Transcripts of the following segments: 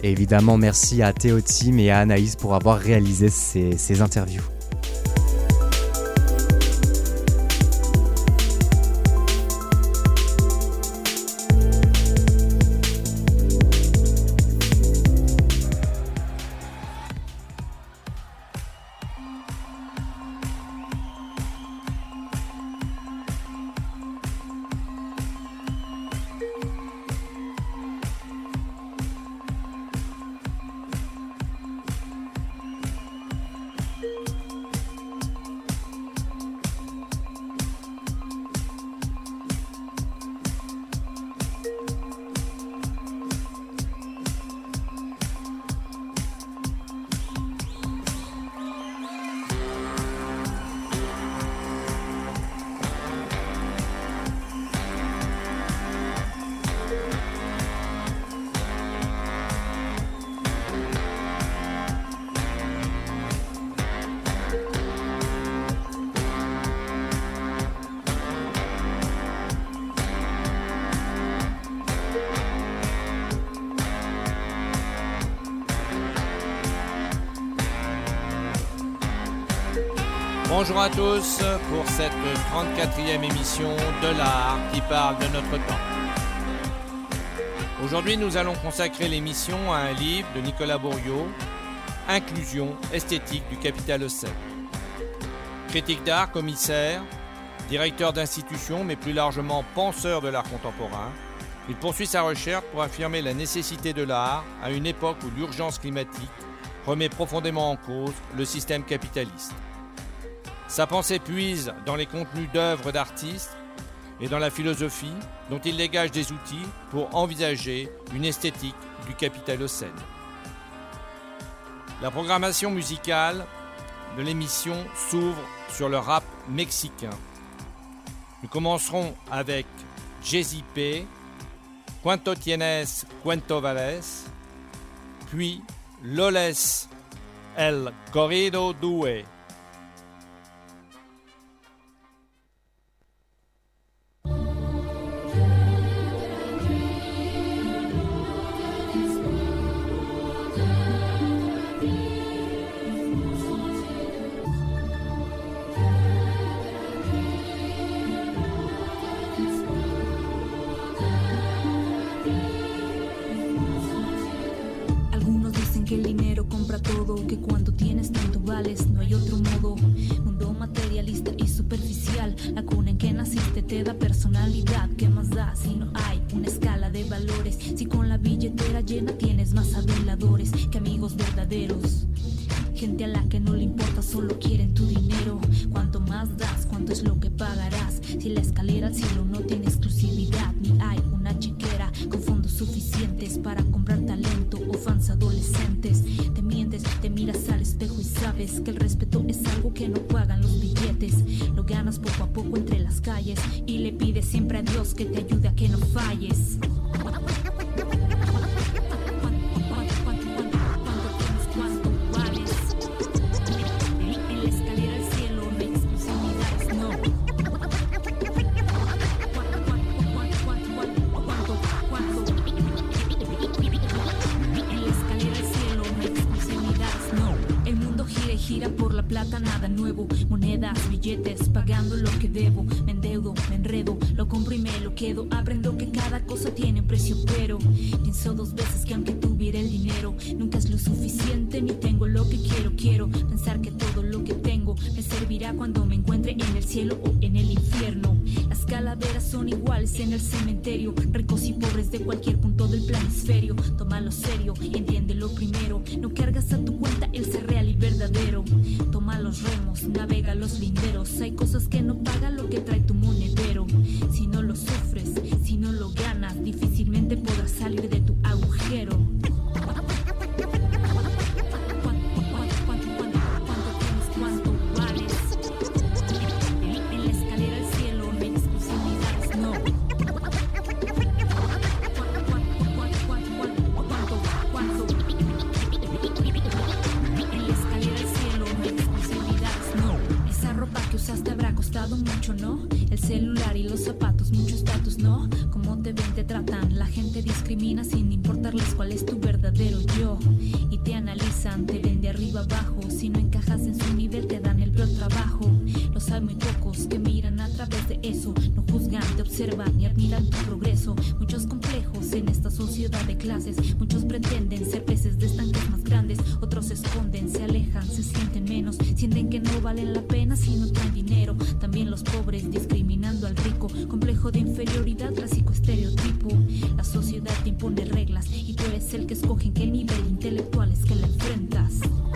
Et évidemment, merci à Théotime et à Anaïs pour avoir réalisé ces interviews. Bonjour à tous pour cette 34e émission de l'art qui parle de notre temps. Aujourd'hui, nous allons consacrer l'émission à un livre de Nicolas Bourriaud, Inclusion esthétique du capital Haussel. Critique d'art, commissaire, directeur d'institution, mais plus largement penseur de l'art contemporain, il poursuit sa recherche pour affirmer la nécessité de l'art à une époque où l'urgence climatique remet profondément en cause le système capitaliste. Sa pensée puise dans les contenus d'œuvres d'artistes et dans la philosophie dont il dégage des outils pour envisager une esthétique du capital Haussel. La programmation musicale de l'émission s'ouvre sur le rap mexicain. Nous commencerons avec Jay-Z P, Cuánto Tienes, Cuánto Vales, puis Loles, El Corrido Due. Que el dinero compra todo, que cuando tienes tanto vales, no hay otro modo. Mundo materialista y superficial, la cuna en que naciste te da personalidad. ¿Qué más da si no hay una escala de valores? Si con la billetera llena tienes más aduladores que amigos verdaderos. Gente a la que no le importa, solo quieren tu dinero. Cuanto más das, cuánto es lo que pagarás. Si la escalera al cielo no tiene exclusividad, ni hay una chequera con fondos suficientes para comprar talento o fans adolescentes. Te mientes, te miras al espejo y sabes que el respeto es algo que no pagan los billetes. Lo ganas poco a poco entre las calles y le pides siempre a Dios que te ayude a que no falles. Gira por la plata, nada nuevo. Monedas, billetes, pagando lo que debo. Me endeudo, me enredo, lo compro y me lo quedo. Aprendo que cada cosa tiene un precio, pero pienso dos veces que aunque tuviera el dinero, nunca es lo suficiente ni tengo lo que quiero. Quiero pensar que todo lo que tengo me servirá cuando me encuentre en el cielo o en el infierno. Las calaveras son iguales en el cementerio, ricos y pobres de cualquier punto del planisferio. Tómalo serio y entiéndelo primero. No cargas a tu cuenta el ser real y verdadero. Toma los remos, navega los linderos. Hay cosas que no pagan lo que trae tu monedero. Si no lo sufres, si no lo ganas, difícilmente podrás salir de tu agujero. Ferrari, los zapatos, mucho estatus, ¿no? Cómo te ven, te tratan, la gente discrimina sin importarles cuál es tu verdadero yo. Y te analizan, te ven de arriba abajo, si no encajas en su nivel te dan el peor trabajo. Los hay muy pocos que miran a través de eso, no juzgan, te observan y admiran tu progreso. Muchos complejos en esta sociedad de clases, muchos pretenden ser peces de estanques más grandes, otros se esconden, se alejan, se sienten menos, sienten que no valen la pena si no traen dinero. También los pobres discriminando al rico, complejo de inferioridad, clásico estereotipo. La sociedad te impone reglas y tú eres el que escoge en qué nivel intelectual es que la enfrentas.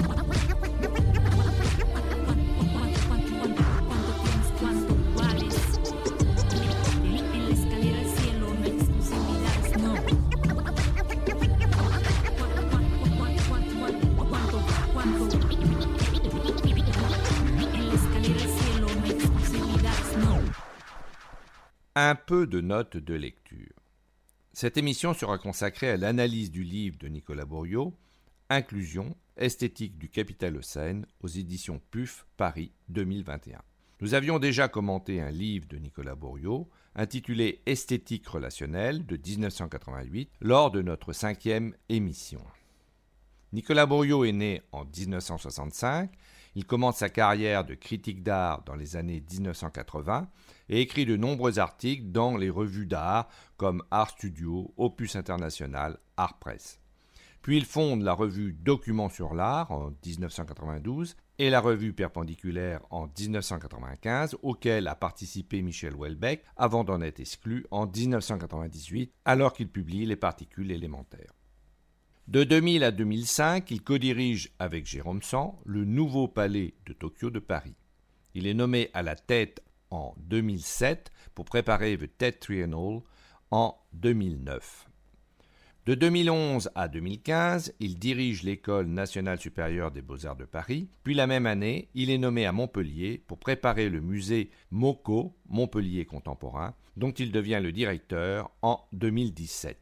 Un peu de notes de lecture. Cette émission sera consacrée à l'analyse du livre de Nicolas Bourriaud, Inclusion, esthétique du Capitale-Océan, aux éditions PUF, Paris 2021. Nous avions déjà commenté un livre de Nicolas Bourriaud, intitulé Esthétique relationnelle, de 1988, lors de notre 5e émission. Nicolas Bourriaud est né en 1965, il commence sa carrière de critique d'art dans les années 1980 et écrit de nombreux articles dans les revues d'art comme Art Studio, Opus International, Art Press. Puis il fonde la revue Documents sur l'art en 1992 et la revue Perpendiculaire en 1995, auquel a participé Michel Houellebecq avant d'en être exclu en 1998 alors qu'il publie Les particules élémentaires. De 2000 à 2005, il co-dirige avec Jérôme Sand le nouveau palais de Tokyo de Paris. Il est nommé à la tête en 2007 pour préparer The Tate Triennial en 2009. De 2011 à 2015, il dirige l'École nationale supérieure des beaux-arts de Paris, puis la même année, il est nommé à Montpellier pour préparer le musée MoCo, Montpellier contemporain, dont il devient le directeur en 2017.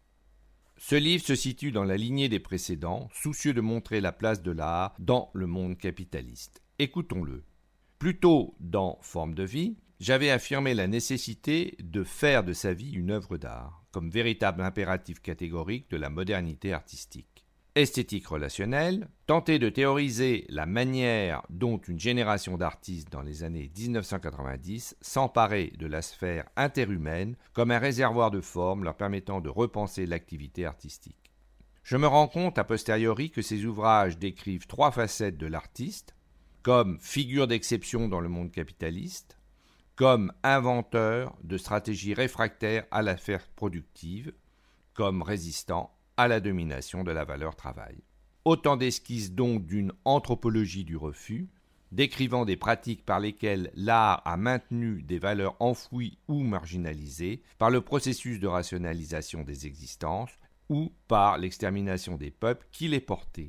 Ce livre se situe dans la lignée des précédents, soucieux de montrer la place de l'art dans le monde capitaliste. Écoutons-le. Plus tôt dans Forme de vie, j'avais affirmé la nécessité de faire de sa vie une œuvre d'art, comme véritable impératif catégorique de la modernité artistique. Esthétique relationnelle, tenter de théoriser la manière dont une génération d'artistes dans les années 1990 s'emparait de la sphère interhumaine comme un réservoir de formes leur permettant de repenser l'activité artistique. Je me rends compte a posteriori que ces ouvrages décrivent trois facettes de l'artiste, comme figure d'exception dans le monde capitaliste, comme inventeur de stratégies réfractaires à la sphère productive, comme résistant à la domination de la valeur travail. Autant d'esquisses donc d'une anthropologie du refus, décrivant des pratiques par lesquelles l'art a maintenu des valeurs enfouies ou marginalisées par le processus de rationalisation des existences ou par l'extermination des peuples qui les portaient.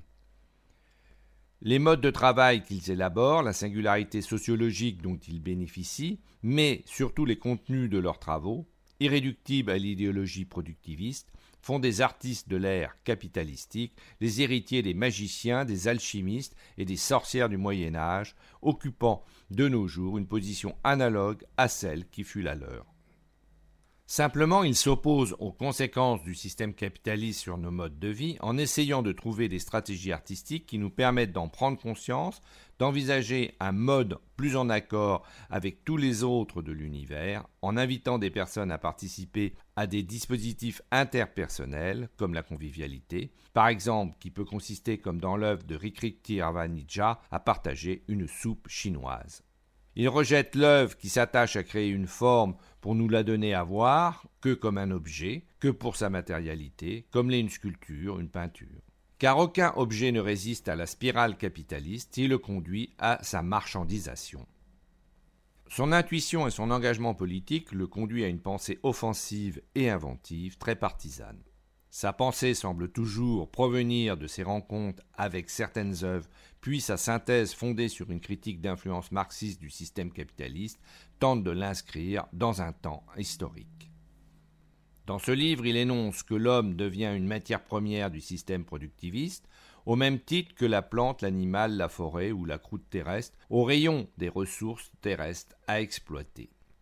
Les modes de travail qu'ils élaborent, la singularité sociologique dont ils bénéficient, mais surtout les contenus de leurs travaux, irréductibles à l'idéologie productiviste, font des artistes de l'ère capitalistique les héritiers des magiciens, des alchimistes et des sorcières du Moyen-Âge, occupant de nos jours une position analogue à celle qui fut la leur. Simplement, ils s'opposent aux conséquences du système capitaliste sur nos modes de vie en essayant de trouver des stratégies artistiques qui nous permettent d'en prendre conscience, d'envisager un mode plus en accord avec tous les autres de l'univers, en invitant des personnes à participer à des dispositifs interpersonnels, comme la convivialité, par exemple qui peut consister, comme dans l'œuvre de Rikriti Ravanija, à partager une soupe chinoise. Il rejette l'œuvre qui s'attache à créer une forme pour nous la donner à voir que comme un objet, que pour sa matérialité, comme l'est une sculpture, une peinture. Car aucun objet ne résiste à la spirale capitaliste qui le conduit à sa marchandisation. Son intuition et son engagement politique le conduit à une pensée offensive et inventive, très partisane. Sa pensée semble toujours provenir de ses rencontres avec certaines œuvres, puis sa synthèse fondée sur une critique d'influence marxiste du système capitaliste tente de l'inscrire dans un temps historique. Dans ce livre, il énonce que l'homme devient une matière première du système productiviste, au même titre que la plante, l'animal, la forêt ou la croûte terrestre, au rayon des ressources terrestres à exploiter.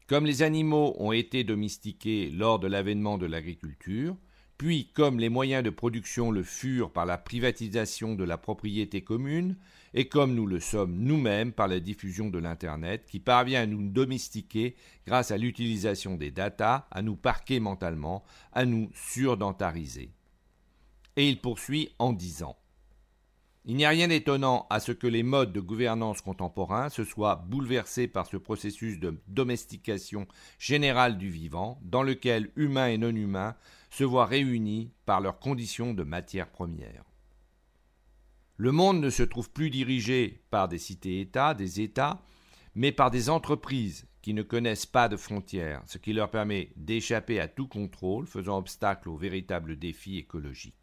Comme les animaux ont été domestiqués lors de l'avènement de l'agriculture, puis comme les moyens de production le furent par la privatisation de la propriété commune, et comme nous le sommes nous-mêmes par la diffusion de l'Internet, qui parvient à nous domestiquer grâce à l'utilisation des data, à nous parquer mentalement, à nous surdentariser. Et il poursuit en disant « Il n'y a rien d'étonnant à ce que les modes de gouvernance contemporains se soient bouleversés par ce processus de domestication générale du vivant, dans lequel humains et non-humains se voient réunis par leurs conditions de matière première. Le monde ne se trouve plus dirigé par des cités-États, des États, mais par des entreprises qui ne connaissent pas de frontières, ce qui leur permet d'échapper à tout contrôle, faisant obstacle aux véritables défis écologiques.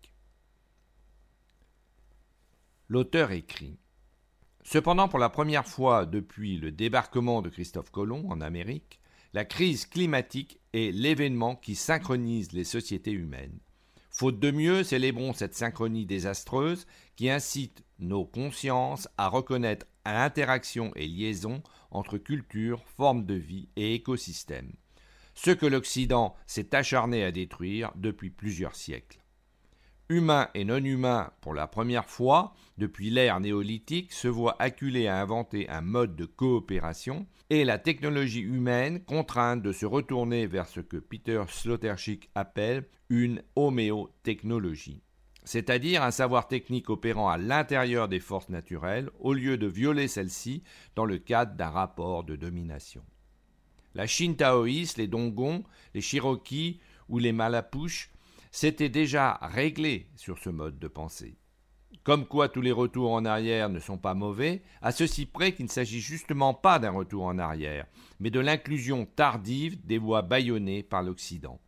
L'auteur écrit « Cependant, pour la première fois depuis le débarquement de Christophe Colomb en Amérique, la crise climatique est l'événement qui synchronise les sociétés humaines. Faute de mieux, célébrons cette synchronie désastreuse qui incite nos consciences à reconnaître l'interaction et liaison entre culture, formes de vie et écosystèmes, ce que l'Occident s'est acharné à détruire depuis plusieurs siècles. Humains et non-humains, pour la première fois, depuis l'ère néolithique, se voient acculés à inventer un mode de coopération et la technologie humaine contrainte de se retourner vers ce que Peter Sloterdijk appelle une homéotechnologie, c'est-à-dire un savoir technique opérant à l'intérieur des forces naturelles au lieu de violer celles-ci dans le cadre d'un rapport de domination. La Chine taoïste, les Dongons, les Cherokees ou les Mallapuches s'était déjà réglé sur ce mode de pensée. Comme quoi tous les retours en arrière ne sont pas mauvais, à ceci près qu'il ne s'agit justement pas d'un retour en arrière, mais de l'inclusion tardive des voies bâillonnées par l'Occident.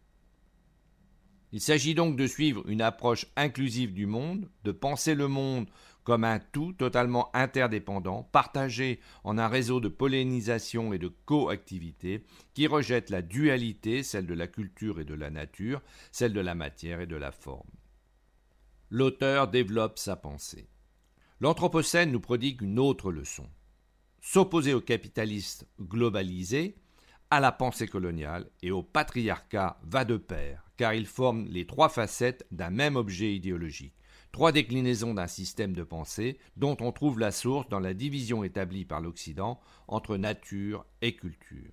Il s'agit donc de suivre une approche inclusive du monde, de penser le monde comme un tout totalement interdépendant, partagé en un réseau de pollinisation et de coactivité qui rejette la dualité, celle de la culture et de la nature, celle de la matière et de la forme. L'auteur développe sa pensée. L'Anthropocène nous prodigue une autre leçon. S'opposer au capitalisme globalisé, à la pensée coloniale et au patriarcat va de pair, car ils forment les trois facettes d'un même objet idéologique. Trois déclinaisons d'un système de pensée dont on trouve la source dans la division établie par l'Occident entre nature et culture.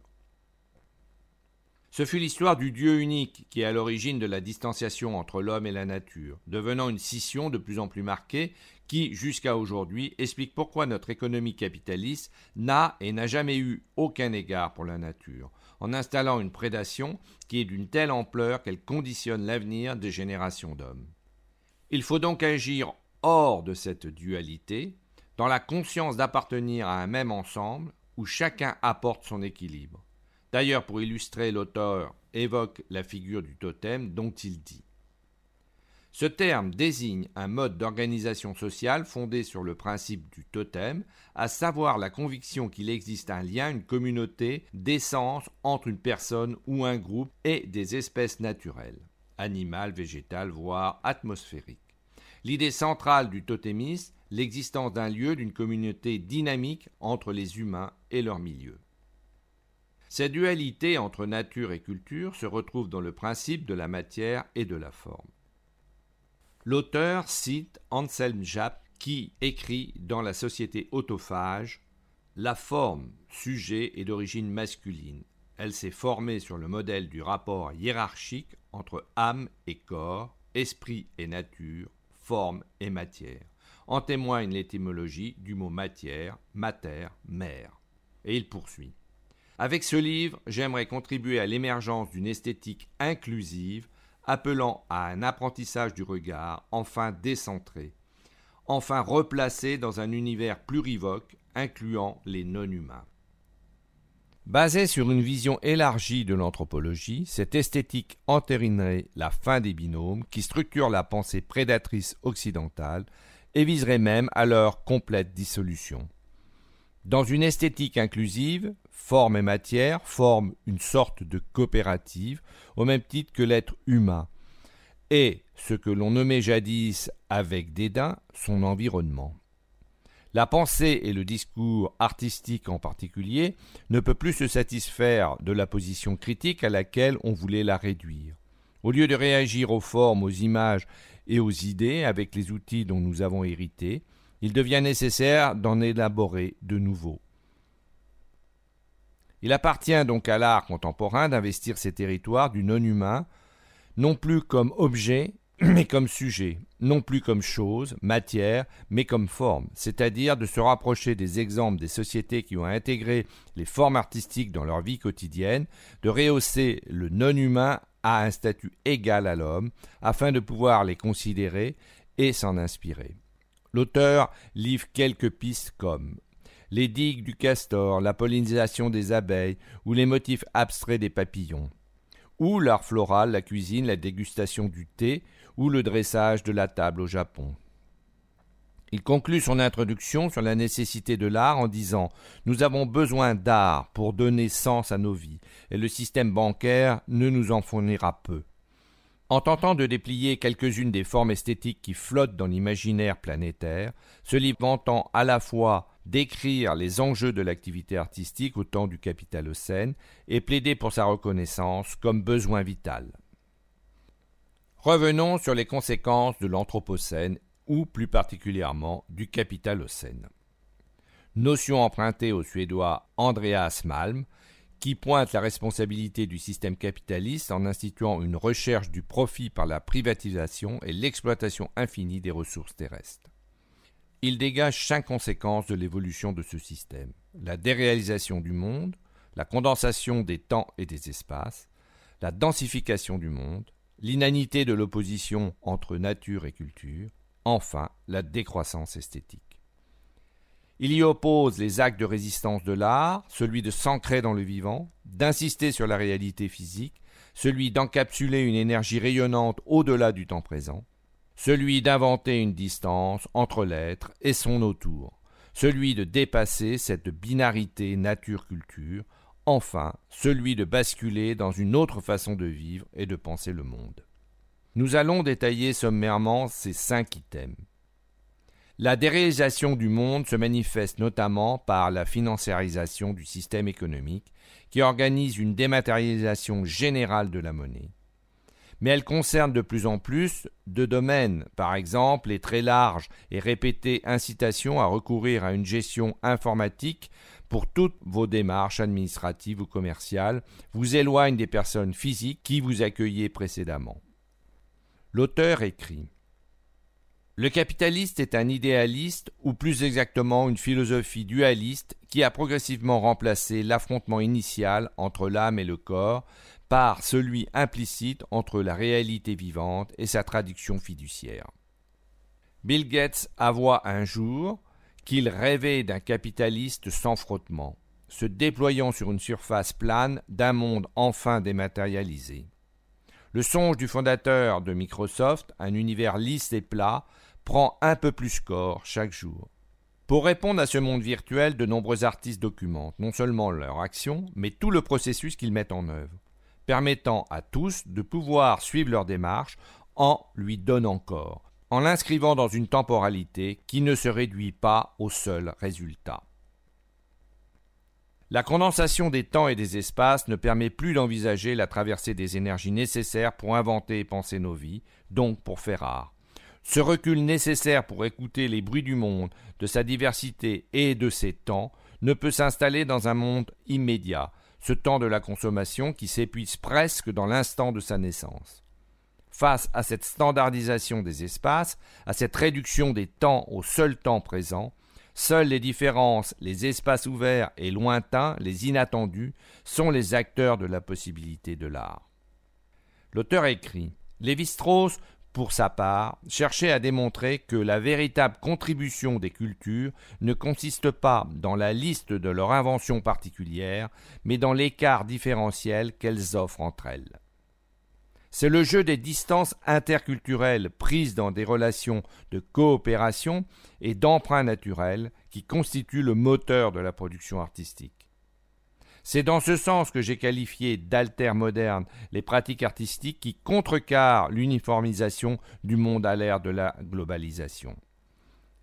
Ce fut l'histoire du Dieu unique qui est à l'origine de la distanciation entre l'homme et la nature, devenant une scission de plus en plus marquée qui, jusqu'à aujourd'hui, explique pourquoi notre économie capitaliste n'a et n'a jamais eu aucun égard pour la nature, en installant une prédation qui est d'une telle ampleur qu'elle conditionne l'avenir des générations d'hommes. Il faut donc agir hors de cette dualité, dans la conscience d'appartenir à un même ensemble où chacun apporte son équilibre. D'ailleurs, pour illustrer, l'auteur évoque la figure du totem dont il dit « Ce terme désigne un mode d'organisation sociale fondé sur le principe du totem, à savoir la conviction qu'il existe un lien, une communauté d'essence entre une personne ou un groupe et des espèces naturelles, animales, végétales, voire atmosphériques. L'idée centrale du totémisme, l'existence d'un lieu, d'une communauté dynamique entre les humains et leur milieu. Cette dualité entre nature et culture se retrouve dans le principe de la matière et de la forme. L'auteur cite Anselm Japp qui écrit dans La société autophage « La forme, sujet, est d'origine masculine. Elle s'est formée sur le modèle du rapport hiérarchique entre âme et corps, esprit et nature, forme et matière. En témoigne l'étymologie du mot matière, mater, mère. » Et il poursuit. Avec ce livre, j'aimerais contribuer à l'émergence d'une esthétique inclusive, appelant à un apprentissage du regard, enfin décentré, enfin replacé dans un univers plurivoque, incluant les non-humains. Basée sur une vision élargie de l'anthropologie, cette esthétique entérinerait la fin des binômes qui structurent la pensée prédatrice occidentale et viserait même à leur complète dissolution. Dans une esthétique inclusive, forme et matière forment une sorte de coopérative au même titre que l'être humain et ce que l'on nommait jadis avec dédain son environnement. La pensée et le discours artistique en particulier ne peut plus se satisfaire de la position critique à laquelle on voulait la réduire. Au lieu de réagir aux formes, aux images et aux idées avec les outils dont nous avons hérité, il devient nécessaire d'en élaborer de nouveaux. Il appartient donc à l'art contemporain d'investir ces territoires du non-humain, non plus comme objet, mais comme sujet, non plus comme chose, matière, mais comme forme, c'est-à-dire de se rapprocher des exemples des sociétés qui ont intégré les formes artistiques dans leur vie quotidienne, de rehausser le non-humain à un statut égal à l'homme, afin de pouvoir les considérer et s'en inspirer. L'auteur livre quelques pistes comme les digues du castor, la pollinisation des abeilles ou les motifs abstraits des papillons, ou l'art floral, la cuisine, la dégustation du thé ou le dressage de la table au Japon. Il conclut son introduction sur la nécessité de l'art en disant « Nous avons besoin d'art pour donner sens à nos vies, et le système bancaire ne nous en fournira peu. » En tentant de déplier quelques-unes des formes esthétiques qui flottent dans l'imaginaire planétaire, ce livre vantant à la fois décrire les enjeux de l'activité artistique au temps du Capitalocène et plaider pour sa reconnaissance comme besoin vital. Revenons sur les conséquences de l'Anthropocène ou plus particulièrement du Capitalocène. Notion empruntée au Suédois Andreas Malm, qui pointe la responsabilité du système capitaliste en instituant une recherche du profit par la privatisation et l'exploitation infinie des ressources terrestres. Il dégage 5 conséquences de l'évolution de ce système: la déréalisation du monde, la condensation des temps et des espaces, la densification du monde, l'inanité de l'opposition entre nature et culture, enfin la décroissance esthétique. Il y oppose les actes de résistance de l'art, celui de s'ancrer dans le vivant, d'insister sur la réalité physique, celui d'encapsuler une énergie rayonnante au-delà du temps présent, celui d'inventer une distance entre l'être et son autour, celui de dépasser cette binarité nature-culture, enfin celui de basculer dans une autre façon de vivre et de penser le monde. Nous allons détailler sommairement ces 5 items. La déréalisation du monde se manifeste notamment par la financiarisation du système économique qui organise une dématérialisation générale de la monnaie. Mais elle concerne de plus en plus de domaines, par exemple les très larges et répétées incitations à recourir à une gestion informatique pour toutes vos démarches administratives ou commerciales vous éloignent des personnes physiques qui vous accueillaient précédemment. L'auteur écrit: le capitaliste est un idéaliste, ou plus exactement une philosophie dualiste qui a progressivement remplacé l'affrontement initial entre l'âme et le corps par celui implicite entre la réalité vivante et sa traduction fiduciaire. Bill Gates avoua un jour qu'il rêvait d'un capitaliste sans frottement, se déployant sur une surface plane d'un monde enfin dématérialisé. Le songe du fondateur de Microsoft, un univers lisse et plat, prend un peu plus corps chaque jour. Pour répondre à ce monde virtuel, de nombreux artistes documentent non seulement leur action, mais tout le processus qu'ils mettent en œuvre, permettant à tous de pouvoir suivre leur démarche en lui donnant corps, en l'inscrivant dans une temporalité qui ne se réduit pas au seul résultat. La condensation des temps et des espaces ne permet plus d'envisager la traversée des énergies nécessaires pour inventer et penser nos vies, donc pour faire art. Ce recul nécessaire pour écouter les bruits du monde, de sa diversité et de ses temps, ne peut s'installer dans un monde immédiat, ce temps de la consommation qui s'épuise presque dans l'instant de sa naissance. Face à cette standardisation des espaces, à cette réduction des temps au seul temps présent, seules les différences, les espaces ouverts et lointains, les inattendus, sont les acteurs de la possibilité de l'art. L'auteur écrit « Lévi-Strauss, pour sa part, cherchait à démontrer que la véritable contribution des cultures ne consiste pas dans la liste de leurs inventions particulières, mais dans l'écart différentiel qu'elles offrent entre elles. C'est le jeu des distances interculturelles prises dans des relations de coopération et d'emprunt naturel qui constitue le moteur de la production artistique. C'est dans ce sens que j'ai qualifié d'altermodernes les pratiques artistiques qui contrecarrent l'uniformisation du monde à l'ère de la globalisation.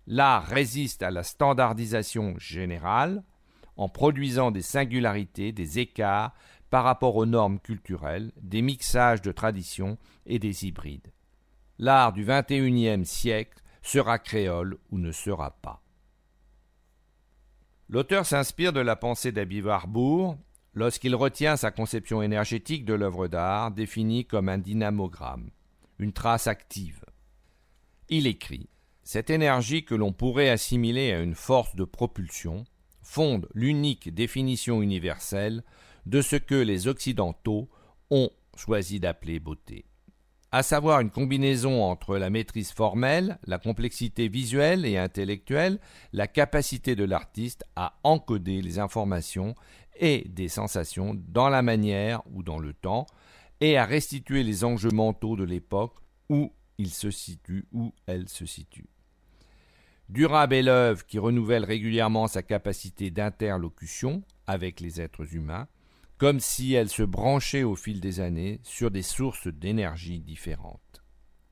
L'art résiste à la standardisation générale en produisant des singularités, des écarts par rapport aux normes culturelles, des mixages de traditions et des hybrides. L'art du XXIe siècle sera créole ou ne sera pas. L'auteur s'inspire de la pensée d'Aby Warburg lorsqu'il retient sa conception énergétique de l'œuvre d'art définie comme un dynamogramme, une trace active. Il écrit « Cette énergie que l'on pourrait assimiler à une force de propulsion fonde l'unique définition universelle de ce que les Occidentaux ont choisi d'appeler beauté, à savoir une combinaison entre la maîtrise formelle, la complexité visuelle et intellectuelle, la capacité de l'artiste à encoder les informations et des sensations dans la manière ou dans le temps, et à restituer les enjeux mentaux de l'époque où il se situe, où elle se situe. Durable est l'œuvre qui renouvelle régulièrement sa capacité d'interlocution avec les êtres humains, comme si elle se branchait au fil des années sur des sources d'énergie différentes.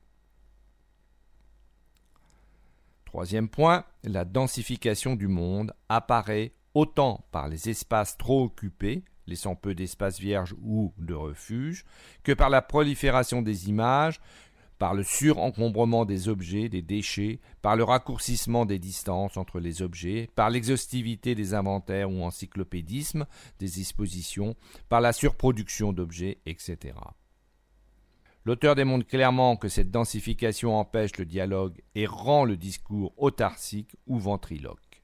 Troisième point, la densification du monde apparaît autant par les espaces trop occupés, laissant peu d'espaces vierges ou de refuge, que par la prolifération des images, par le surencombrement des objets, des déchets, par le raccourcissement des distances entre les objets, par l'exhaustivité des inventaires ou encyclopédisme des expositions, par la surproduction d'objets, etc. L'auteur démontre clairement que cette densification empêche le dialogue et rend le discours autarcique ou ventriloque.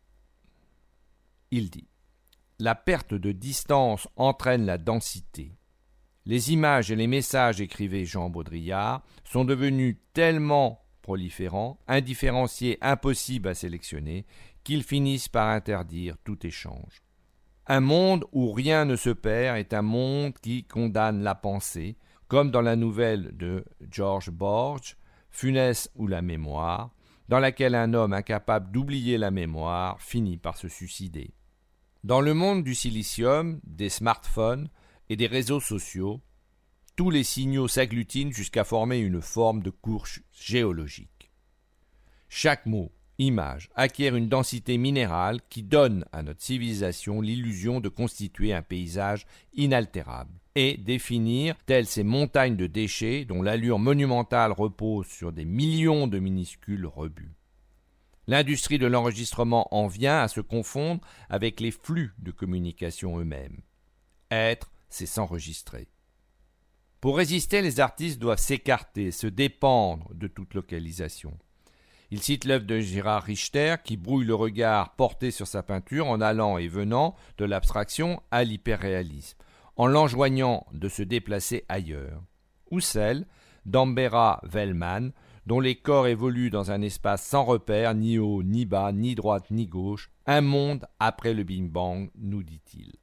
Il dit « La perte de distance entraîne la densité. Les images et les messages, écrivait Jean Baudrillard, sont devenus tellement proliférants, indifférenciés, impossibles à sélectionner, qu'ils finissent par interdire tout échange. Un monde où rien ne se perd est un monde qui condamne la pensée, comme dans la nouvelle de George Borges, Funès ou la mémoire, dans laquelle un homme incapable d'oublier la mémoire finit par se suicider. Dans le monde du silicium, des smartphones et des réseaux sociaux, tous les signaux s'agglutinent jusqu'à former une forme de couche géologique. Chaque mot, image, acquiert une densité minérale qui donne à notre civilisation l'illusion de constituer un paysage inaltérable et définir, telles ces montagnes de déchets dont l'allure monumentale repose sur des millions de minuscules rebuts. L'industrie de l'enregistrement en vient à se confondre avec les flux de communication eux-mêmes. Être, c'est s'enregistrer. Pour résister, les artistes doivent s'écarter, se dépendre de toute localisation. Il cite l'œuvre de Gérard Richter qui brouille le regard porté sur sa peinture en allant et venant de l'abstraction à l'hyperréalisme, en l'enjoignant de se déplacer ailleurs. Ou celle d'Ambera Wellman, dont les corps évoluent dans un espace sans repère, ni haut, ni bas, ni droite, ni gauche, un monde après le Big Bang, nous dit-il.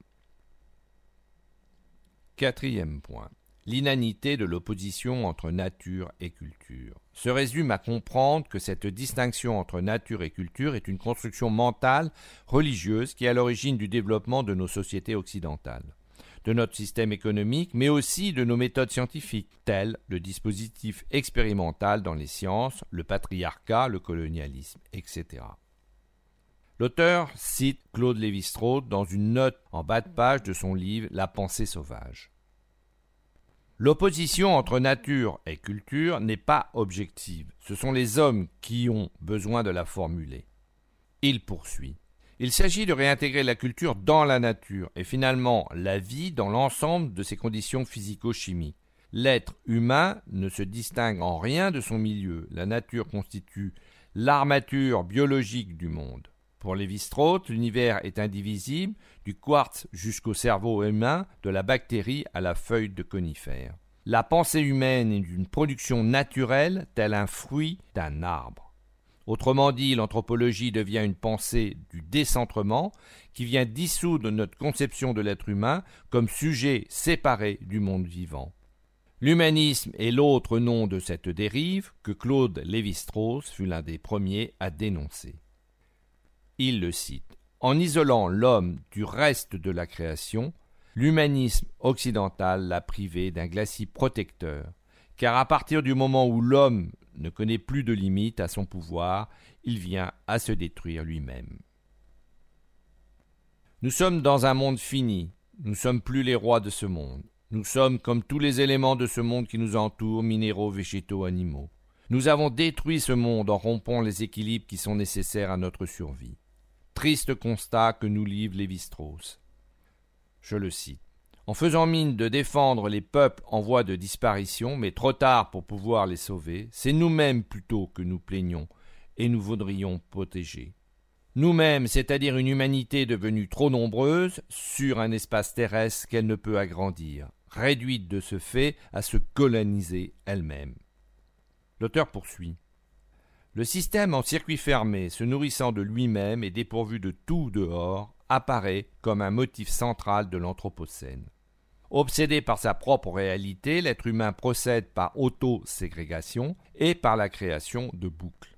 Quatrième point. L'inanité de l'opposition entre nature et culture se résume à comprendre que cette distinction entre nature et culture est une construction mentale, religieuse, qui est à l'origine du développement de nos sociétés occidentales, de notre système économique, mais aussi de nos méthodes scientifiques, telles le dispositif expérimental dans les sciences, le patriarcat, le colonialisme, etc. L'auteur cite Claude Lévi-Strauss dans une note en bas de page de son livre « La pensée sauvage ». L'opposition entre nature et culture n'est pas objective. Ce sont les hommes qui ont besoin de la formuler. Il poursuit. Il s'agit de réintégrer la culture dans la nature et finalement la vie dans l'ensemble de ses conditions physico-chimiques. L'être humain ne se distingue en rien de son milieu. La nature constitue l'armature biologique du monde. Pour Lévi-Strauss, l'univers est indivisible, du quartz jusqu'au cerveau humain, de la bactérie à la feuille de conifère. La pensée humaine est d'une production naturelle, tel un fruit d'un arbre. Autrement dit, l'anthropologie devient une pensée du décentrement qui vient dissoudre notre conception de l'être humain comme sujet séparé du monde vivant. L'humanisme est l'autre nom de cette dérive que Claude Lévi-Strauss fut l'un des premiers à dénoncer. Il le cite. En isolant l'homme du reste de la création, l'humanisme occidental l'a privé d'un glacis protecteur, car à partir du moment où l'homme ne connaît plus de limite à son pouvoir, il vient à se détruire lui-même. Nous sommes dans un monde fini, nous ne sommes plus les rois de ce monde. Nous sommes comme tous les éléments de ce monde qui nous entourent, minéraux, végétaux, animaux. Nous avons détruit ce monde en rompant les équilibres qui sont nécessaires à notre survie. Triste constat que nous livre Lévi-Strauss. Je le cite. En faisant mine de défendre les peuples en voie de disparition, mais trop tard pour pouvoir les sauver, c'est nous-mêmes plutôt que nous plaignons et nous voudrions protéger. Nous-mêmes, c'est-à-dire une humanité devenue trop nombreuse sur un espace terrestre qu'elle ne peut agrandir, réduite de ce fait à se coloniser elle-même. L'auteur poursuit. Le système en circuit fermé, se nourrissant de lui-même et dépourvu de tout dehors, apparaît comme un motif central de l'Anthropocène. Obsédé par sa propre réalité, l'être humain procède par auto-ségrégation et par la création de boucles.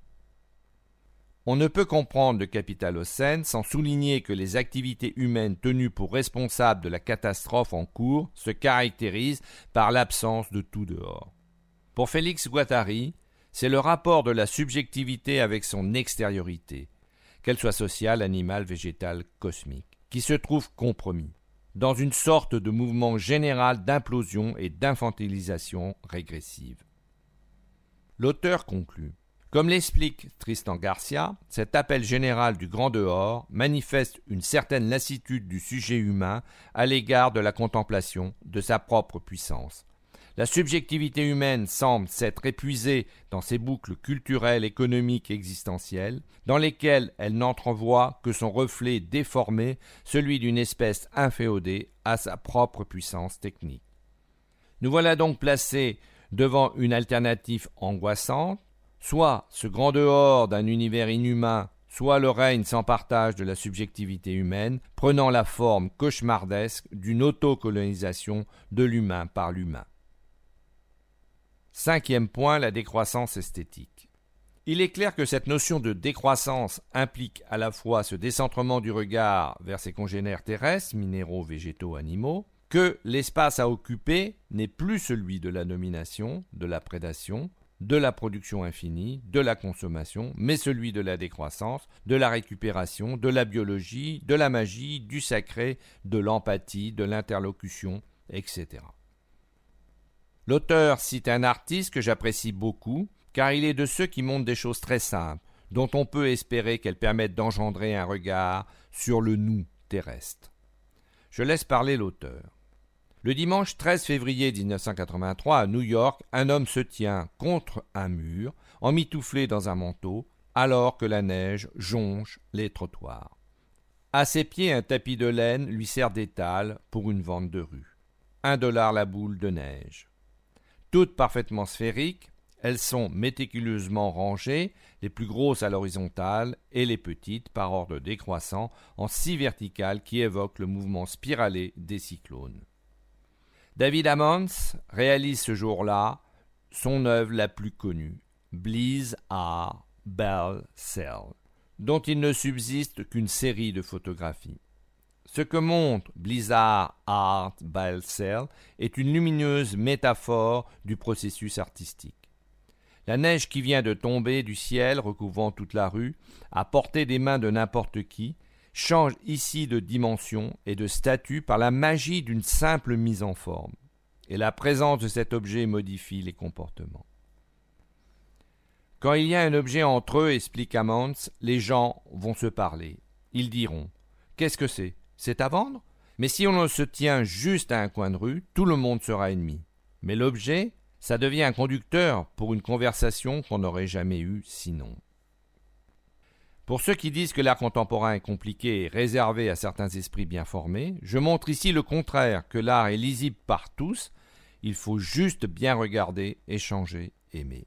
On ne peut comprendre le Capitalocène sans souligner que les activités humaines tenues pour responsables de la catastrophe en cours se caractérisent par l'absence de tout dehors. Pour Félix Guattari, c'est le rapport de la subjectivité avec son extériorité, qu'elle soit sociale, animale, végétale, cosmique, qui se trouve compromis, dans une sorte de mouvement général d'implosion et d'infantilisation régressive. L'auteur conclut. Comme l'explique Tristan Garcia, cet appel général du grand dehors manifeste une certaine lassitude du sujet humain à l'égard de la contemplation de sa propre puissance. La subjectivité humaine semble s'être épuisée dans ces boucles culturelles, économiques et existentielles, dans lesquelles elle n'entrevoit que son reflet déformé, celui d'une espèce inféodée à sa propre puissance technique. Nous voilà donc placés devant une alternative angoissante, soit ce grand dehors d'un univers inhumain, soit le règne sans partage de la subjectivité humaine, prenant la forme cauchemardesque d'une autocolonisation de l'humain par l'humain. Cinquième point, la décroissance esthétique. Il est clair que cette notion de décroissance implique à la fois ce décentrement du regard vers ses congénères terrestres, minéraux, végétaux, animaux, que l'espace à occuper n'est plus celui de la domination, de la prédation, de la production infinie, de la consommation, mais celui de la décroissance, de la récupération, de la biologie, de la magie, du sacré, de l'empathie, de l'interlocution, etc. L'auteur cite un artiste que j'apprécie beaucoup, car il est de ceux qui montrent des choses très simples, dont on peut espérer qu'elles permettent d'engendrer un regard sur le nous terrestre. Je laisse parler l'auteur. Le dimanche 13 février 1983, à New York, un homme se tient contre un mur, emmitouflé dans un manteau, alors que la neige jonche les trottoirs. À ses pieds, un tapis de laine lui sert d'étal pour une vente de rue. $1 la boule de neige. Toutes parfaitement sphériques, elles sont méticuleusement rangées, les plus grosses à l'horizontale et les petites par ordre décroissant en scie verticale qui évoquent le mouvement spiralé des cyclones. David Ammons réalise ce jour-là son œuvre la plus connue, Blizzard Bell Cell, dont il ne subsiste qu'une série de photographies. Ce que montre Blizzard Art Bell Cell est une lumineuse métaphore du processus artistique. La neige qui vient de tomber du ciel recouvrant toute la rue, à portée des mains de n'importe qui, change ici de dimension et de statut par la magie d'une simple mise en forme. Et la présence de cet objet modifie les comportements. Quand il y a un objet entre eux, explique Ammons, les gens vont se parler. Ils diront « Qu'est-ce que c'est ? C'est à vendre ? Mais si on se tient juste à un coin de rue, tout le monde sera ennemi. Mais l'objet, ça devient un conducteur pour une conversation qu'on n'aurait jamais eue sinon. » Pour ceux qui disent que l'art contemporain est compliqué et réservé à certains esprits bien formés, je montre ici le contraire, que l'art est lisible par tous, il faut juste bien regarder, échanger, aimer.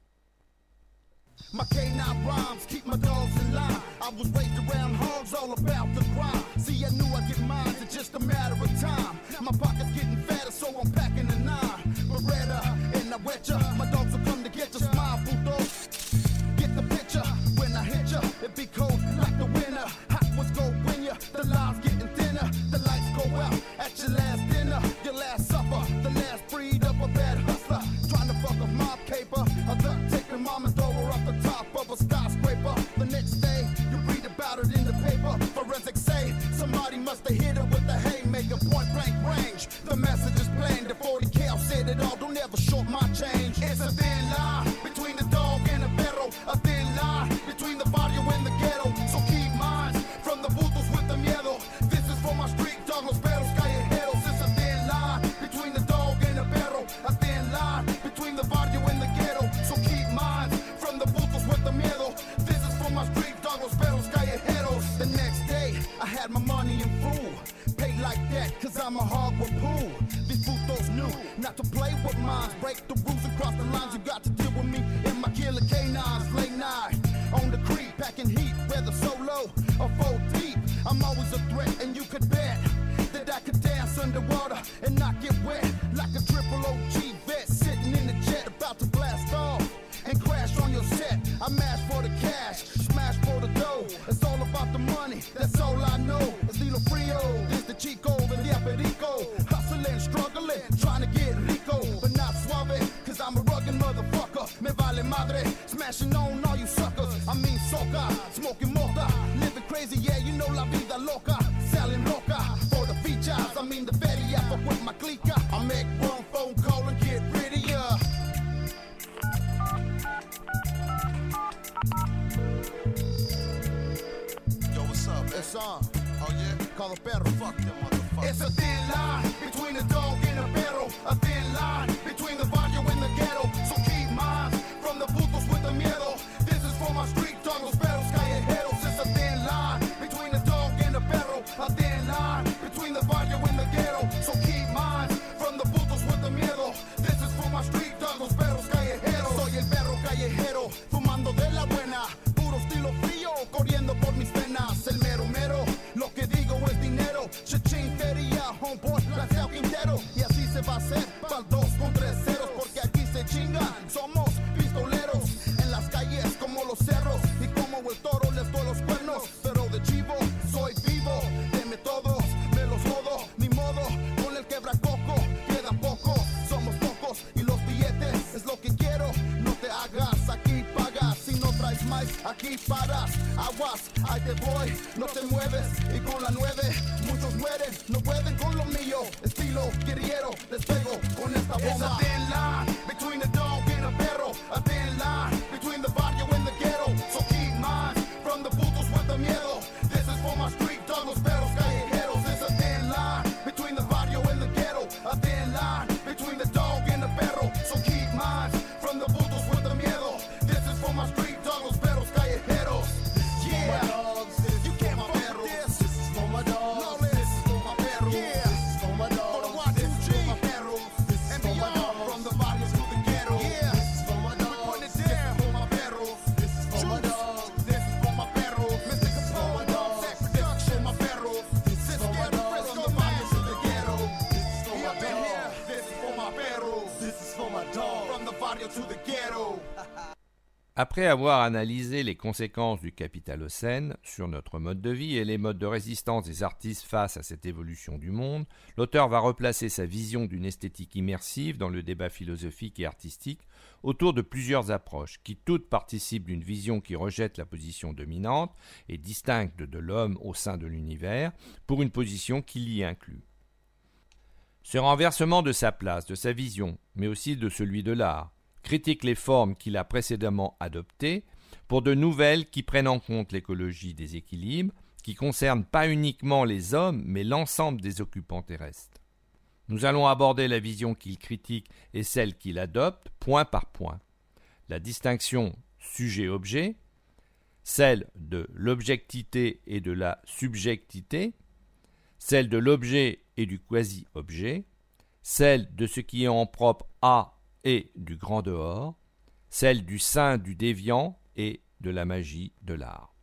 My canine rhymes keep my dogs in line. I was raised around hogs, all about the crime. See, I knew I'd get mine, it's just a matter of time. My pocket's getting fatter, so I'm packing a 9. Beretta, and I wet ya. My dogs will come to get ya. Smile, bulldog. Get the picture. When I hit ya, it be cold like the winter. Hot ones go win ya. The line's getting thinner. The lights go out at your last dinner. Your last supper. The last breed of a bad hustler. Trying to fuck a mob caper. A duck taking mama's dog. said it all, don't ever short my change. It's a thin line between the dog and the perro, a thin line between the barrio and the ghetto. So keep minds from the putos with the miedo. This is for my street dog, los perros callejeros. It's a thin line between the dog and the perro, a thin line between the barrio and the ghetto. So keep minds from the putos with the miedo. This is for my street dog, los perros callejeros. The next day, I had my money in full. Paid like that, cause I'm a hog with pool. These putos knew not to play with minds. Break the rules and cross the lines. You got to deal with me and my killer canines. Late night, on the creek, packing heat. Whether solo or 4 deep, I'm always a threat, and you could bet that I could dance underwater and not get wet. Like a triple OG vet, sitting in the jet, about to blast off and crash on your set. I mash for the cash, smash for the dough. It's all about the money, that's all I know. It's Lilo Frio, this the Chico, the Diaperico. Hustling, struggling, trying to get rico, but not suave, cause I'm a rugged motherfucker. Me vale madre, smashing on all you suckers. I mean soca, smoking mocha, living crazy, yeah, you know la vida loca. Selling loca, for the features, I mean the fatty, I fuck with my clica. I make one phone call and get rid of ya. Yo, what's up? It's on. Oh yeah? Call the perro. Fuck them motherfuckers. It's a thin line between the dog and the perro. A thin line between the barrio and the ghetto. So keep minds from the putos with the miedo. This is for my street dog, los perros callejeros. It's a thin line between the dog and the perro. A thin line between the barrio and the ghetto. So keep minds from the putos with the miedo. This is for my street dog, los perros callejeros. Soy el perro callejero, fumando de la buena. Puro estilo frío, corriendo por mis venas. El mero mero, lo que digo es dinero. Chachín, feria, homeboy, Rafael Quintero. Y así se va a hacer pa'l 2 con 3 ceros. Porque aquí se chingan, somos pistoleros. En las calles como los cerros. Y como el toro les doy los cuernos. Pero de chivo, soy vivo. Deme todos, me los jodo. Ni modo, con el quebracoco. Queda poco, somos pocos. Y los billetes es lo que quiero. No te hagas, aquí pagas. Si no traes más, aquí paras. Aguas, ahí te voy, no te mueves. Y con la 9, muchos mueren. No pueden con lo mío. Estilo guerrillero, les pego con esta bomba. It's a thin line between the dog and the perro. A thin line between the barrio and the ghetto. So keep minds from the putos with the miedo. This is for my street dog, los perros callejeros. It's a thin line between the barrio and the ghetto. A thin line between the dog and the perro. So keep minds from the putos with the miedo. This is for my street dog, los perros callejeros. Yeah, you can't fuck with this. This is for my dogs. This is for my perros. Yeah, this is for my dogs. For the Y2G perros. This is for my dogs. From the barrios to the ghetto. Yeah, this is for my dogs. We're putting it down for my perros. This is for my dogs. This is for my perros. Mr. Capone, Sex Production, my perros. This is for my dogs. From the barrios to the ghetto. This is for my dogs. This is for my perros. This is for my dogs. From the barrio to the ghetto. Après avoir analysé les conséquences du capitalocène sur notre mode de vie et les modes de résistance des artistes face à cette évolution du monde, l'auteur va replacer sa vision d'une esthétique immersive dans le débat philosophique et artistique autour de plusieurs approches qui toutes participent d'une vision qui rejette la position dominante et distincte de l'homme au sein de l'univers pour une position qui l'y inclut. Ce renversement de sa place, de sa vision, mais aussi de celui de l'art, critique les formes qu'il a précédemment adoptées pour de nouvelles qui prennent en compte l'écologie des équilibres, qui concernent pas uniquement les hommes, mais l'ensemble des occupants terrestres. Nous allons aborder la vision qu'il critique et celle qu'il adopte, point par point. La distinction sujet-objet, celle de l'objectivité et de la subjectivité, celle de l'objet et du quasi-objet, celle de ce qui est en propre à et du grand dehors, celle du saint du déviant et de la magie de l'art.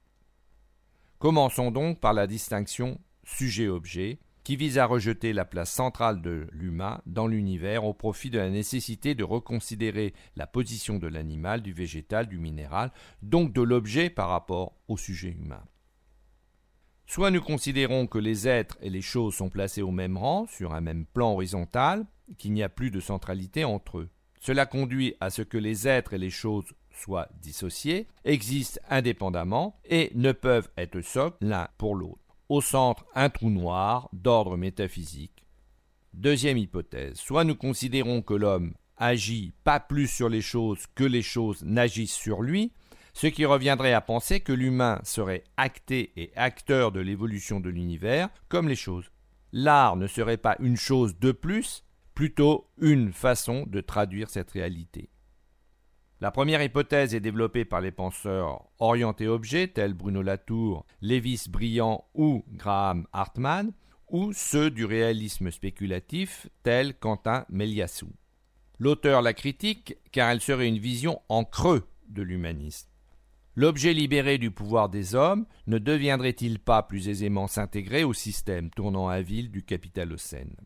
Commençons donc par la distinction sujet-objet, qui vise à rejeter la place centrale de l'humain dans l'univers au profit de la nécessité de reconsidérer la position de l'animal, du végétal, du minéral, donc de l'objet par rapport au sujet humain. Soit nous considérons que les êtres et les choses sont placés au même rang, sur un même plan horizontal, qu'il n'y a plus de centralité entre eux. Cela conduit à ce que les êtres et les choses soient dissociés, existent indépendamment et ne peuvent être socles l'un pour l'autre. Au centre, un trou noir d'ordre métaphysique, Deuxième hypothèse, soit nous considérons que l'homme agit pas plus sur les choses que les choses n'agissent sur lui, ce qui reviendrait à penser que l'humain serait acté et acteur de l'évolution de l'univers comme les choses. L'art ne serait pas une chose de plus, plutôt une façon de traduire cette réalité. La première hypothèse est développée par les penseurs orientés objets tels Bruno Latour, Lévis-Briand ou Graham Hartman, ou ceux du réalisme spéculatif tels Quentin Méliassou. L'auteur la critique car elle serait une vision en creux de l'humanisme. L'objet libéré du pouvoir des hommes ne deviendrait-il pas plus aisément s'intégrer au système tournant à vile du capitalocène?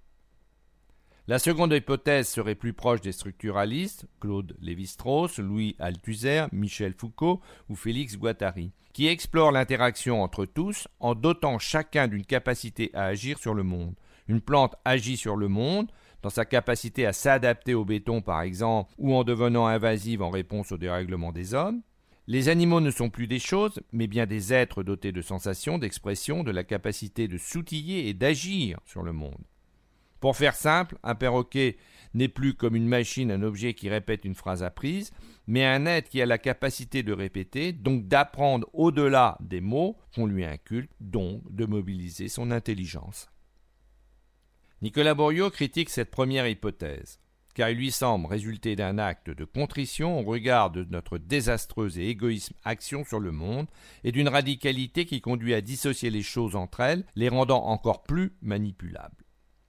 La seconde hypothèse serait plus proche des structuralistes, Claude Lévi-Strauss, Louis Althusser, Michel Foucault ou Félix Guattari, qui explorent l'interaction entre tous en dotant chacun d'une capacité à agir sur le monde. Une plante agit sur le monde, dans sa capacité à s'adapter au béton par exemple, ou en devenant invasive en réponse au dérèglement des hommes. Les animaux ne sont plus des choses, mais bien des êtres dotés de sensations, d'expressions, de la capacité de s'outiller et d'agir sur le monde. Pour faire simple, un perroquet n'est plus comme une machine, un objet qui répète une phrase apprise, mais un être qui a la capacité de répéter, donc d'apprendre au-delà des mots qu'on lui inculque, donc de mobiliser son intelligence. Nicolas Bourriaud critique cette première hypothèse, car il lui semble résulter d'un acte de contrition au regard de notre désastreuse et égoïste action sur le monde et d'une radicalité qui conduit à dissocier les choses entre elles, les rendant encore plus manipulables.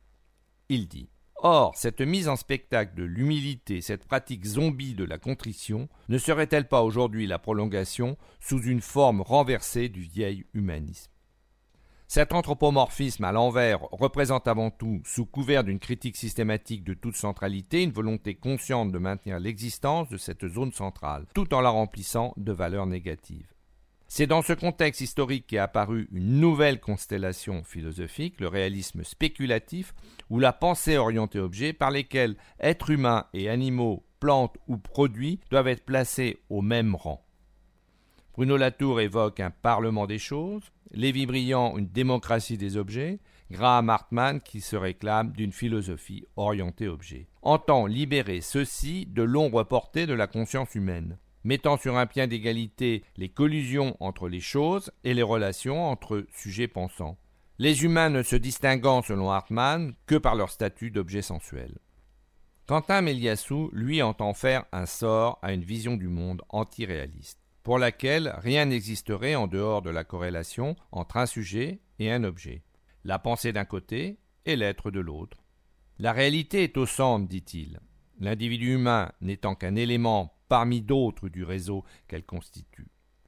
Il dit « Or, cette mise en spectacle de l'humilité, cette pratique zombie de la contrition, ne serait-elle pas aujourd'hui la prolongation, sous une forme renversée du vieil humanisme ?» Cet anthropomorphisme à l'envers représente avant tout, sous couvert d'une critique systématique de toute centralité, une volonté consciente de maintenir l'existence de cette zone centrale, tout en la remplissant de valeurs négatives. C'est dans ce contexte historique qu'est apparue une nouvelle constellation philosophique, le réalisme spéculatif, ou la pensée orientée objet, par lesquels êtres humains et animaux, plantes ou produits doivent être placés au même rang. Bruno Latour évoque un parlement des choses, Lévi-Briand une démocratie des objets, Graham Hartman qui se réclame d'une philosophie orientée objet, entend libérer ceux-ci de l'ombre portée de la conscience humaine, mettant sur un pied d'égalité les collisions entre les choses et les relations entre sujets pensants, les humains ne se distinguant selon Hartman que par leur statut d'objet sensuel. Quentin Méliassou, lui, entend faire un sort à une vision du monde antiréaliste, pour laquelle rien n'existerait en dehors de la corrélation entre un sujet et un objet, la pensée d'un côté et l'être de l'autre. La réalité est au centre, dit-il, l'individu humain n'étant qu'un élément parmi d'autres du réseau qu'elle constitue.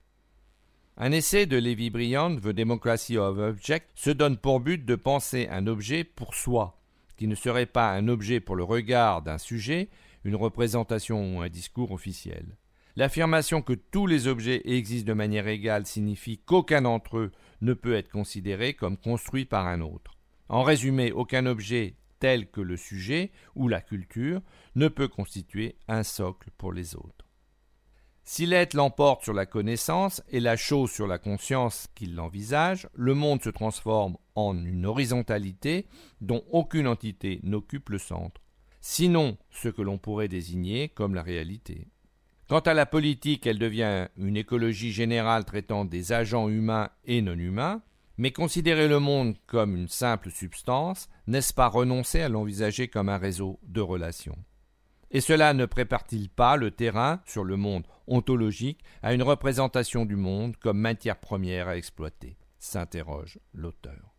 Un essai de Lévi-Briand, The Democracy of Objects, se donne pour but de penser un objet pour soi, qui ne serait pas un objet pour le regard d'un sujet, une représentation ou un discours officiel. L'affirmation que tous les objets existent de manière égale signifie qu'aucun d'entre eux ne peut être considéré comme construit par un autre. En résumé, aucun objet tel que le sujet ou la culture ne peut constituer un socle pour les autres. Si l'être l'emporte sur la connaissance et la chose sur la conscience qu'il l'envisage, le monde se transforme en une horizontalité dont aucune entité n'occupe le centre, sinon ce que l'on pourrait désigner comme la réalité. Quant à la politique, elle devient une écologie générale traitant des agents humains et non humains, mais considérer le monde comme une simple substance, n'est-ce pas renoncer à l'envisager comme un réseau de relations? Et cela ne prépare-t-il pas le terrain, sur le monde ontologique, à une représentation du monde comme matière première à exploiter? S'interroge l'auteur.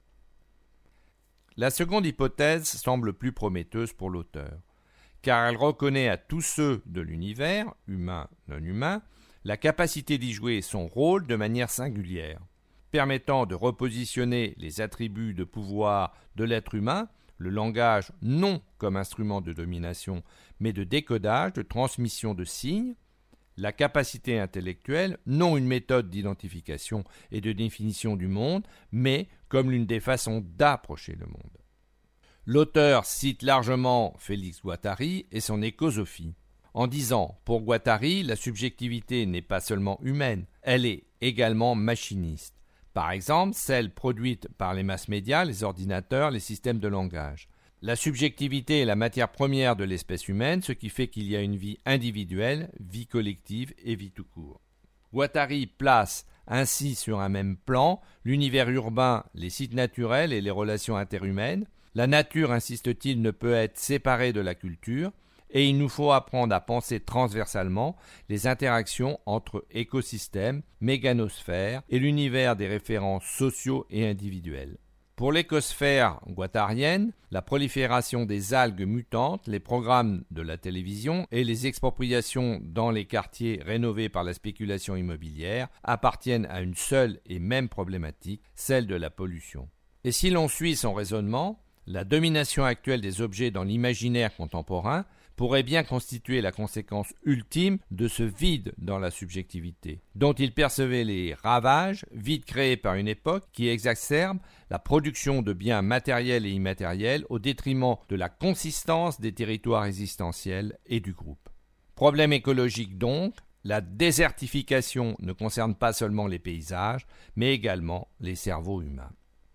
La seconde hypothèse semble plus prometteuse pour l'auteur, car elle reconnaît à tous ceux de l'univers, humains, non humains, la capacité d'y jouer son rôle de manière singulière, permettant de repositionner les attributs de pouvoir de l'être humain, le langage non comme instrument de domination, mais de décodage, de transmission de signes, la capacité intellectuelle, non une méthode d'identification et de définition du monde, mais comme l'une des façons d'approcher le monde. L'auteur cite largement Félix Guattari et son écosophie, en disant « Pour Guattari, la subjectivité n'est pas seulement humaine, elle est également machiniste. Par exemple, celle produite par les mass médias, les ordinateurs, les systèmes de langage. La subjectivité est la matière première de l'espèce humaine, ce qui fait qu'il y a une vie individuelle, vie collective et vie tout court. Guattari place ainsi sur un même plan l'univers urbain, les sites naturels et les relations interhumaines. La nature, insiste-t-il, ne peut être séparée de la culture, et il nous faut apprendre à penser transversalement les interactions entre écosystèmes, méganosphères et l'univers des références sociaux et individuels. Pour l'écosphère guattarienne, la prolifération des algues mutantes, les programmes de la télévision et les expropriations dans les quartiers rénovés par la spéculation immobilière appartiennent à une seule et même problématique, celle de la pollution. Et si l'on suit son raisonnement, la domination actuelle des objets dans l'imaginaire contemporain pourrait bien constituer la conséquence ultime de ce vide dans la subjectivité, dont il percevait les ravages, vide créé par une époque qui exacerbe la production de biens matériels et immatériels au détriment de la consistance des territoires existentiels et du groupe. Problème écologique donc, la désertification ne concerne pas seulement les paysages, mais également les cerveaux humains.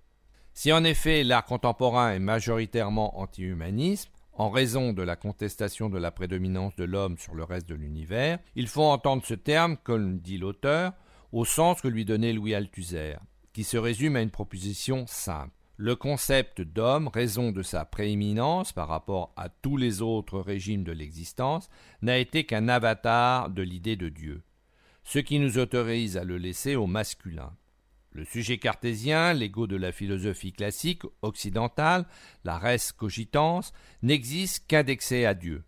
Si en effet l'art contemporain est majoritairement anti-humanisme, en raison de la contestation de la prédominance de l'homme sur le reste de l'univers, il faut entendre ce terme, comme dit l'auteur, au sens que lui donnait Louis Althusser, qui se résume à une proposition simple. Le concept d'homme, raison de sa prééminence par rapport à tous les autres régimes de l'existence, n'a été qu'un avatar de l'idée de Dieu, ce qui nous autorise à le laisser au masculin. Le sujet cartésien, l'ego de la philosophie classique occidentale, la res cogitans, n'existe qu'indexé à Dieu.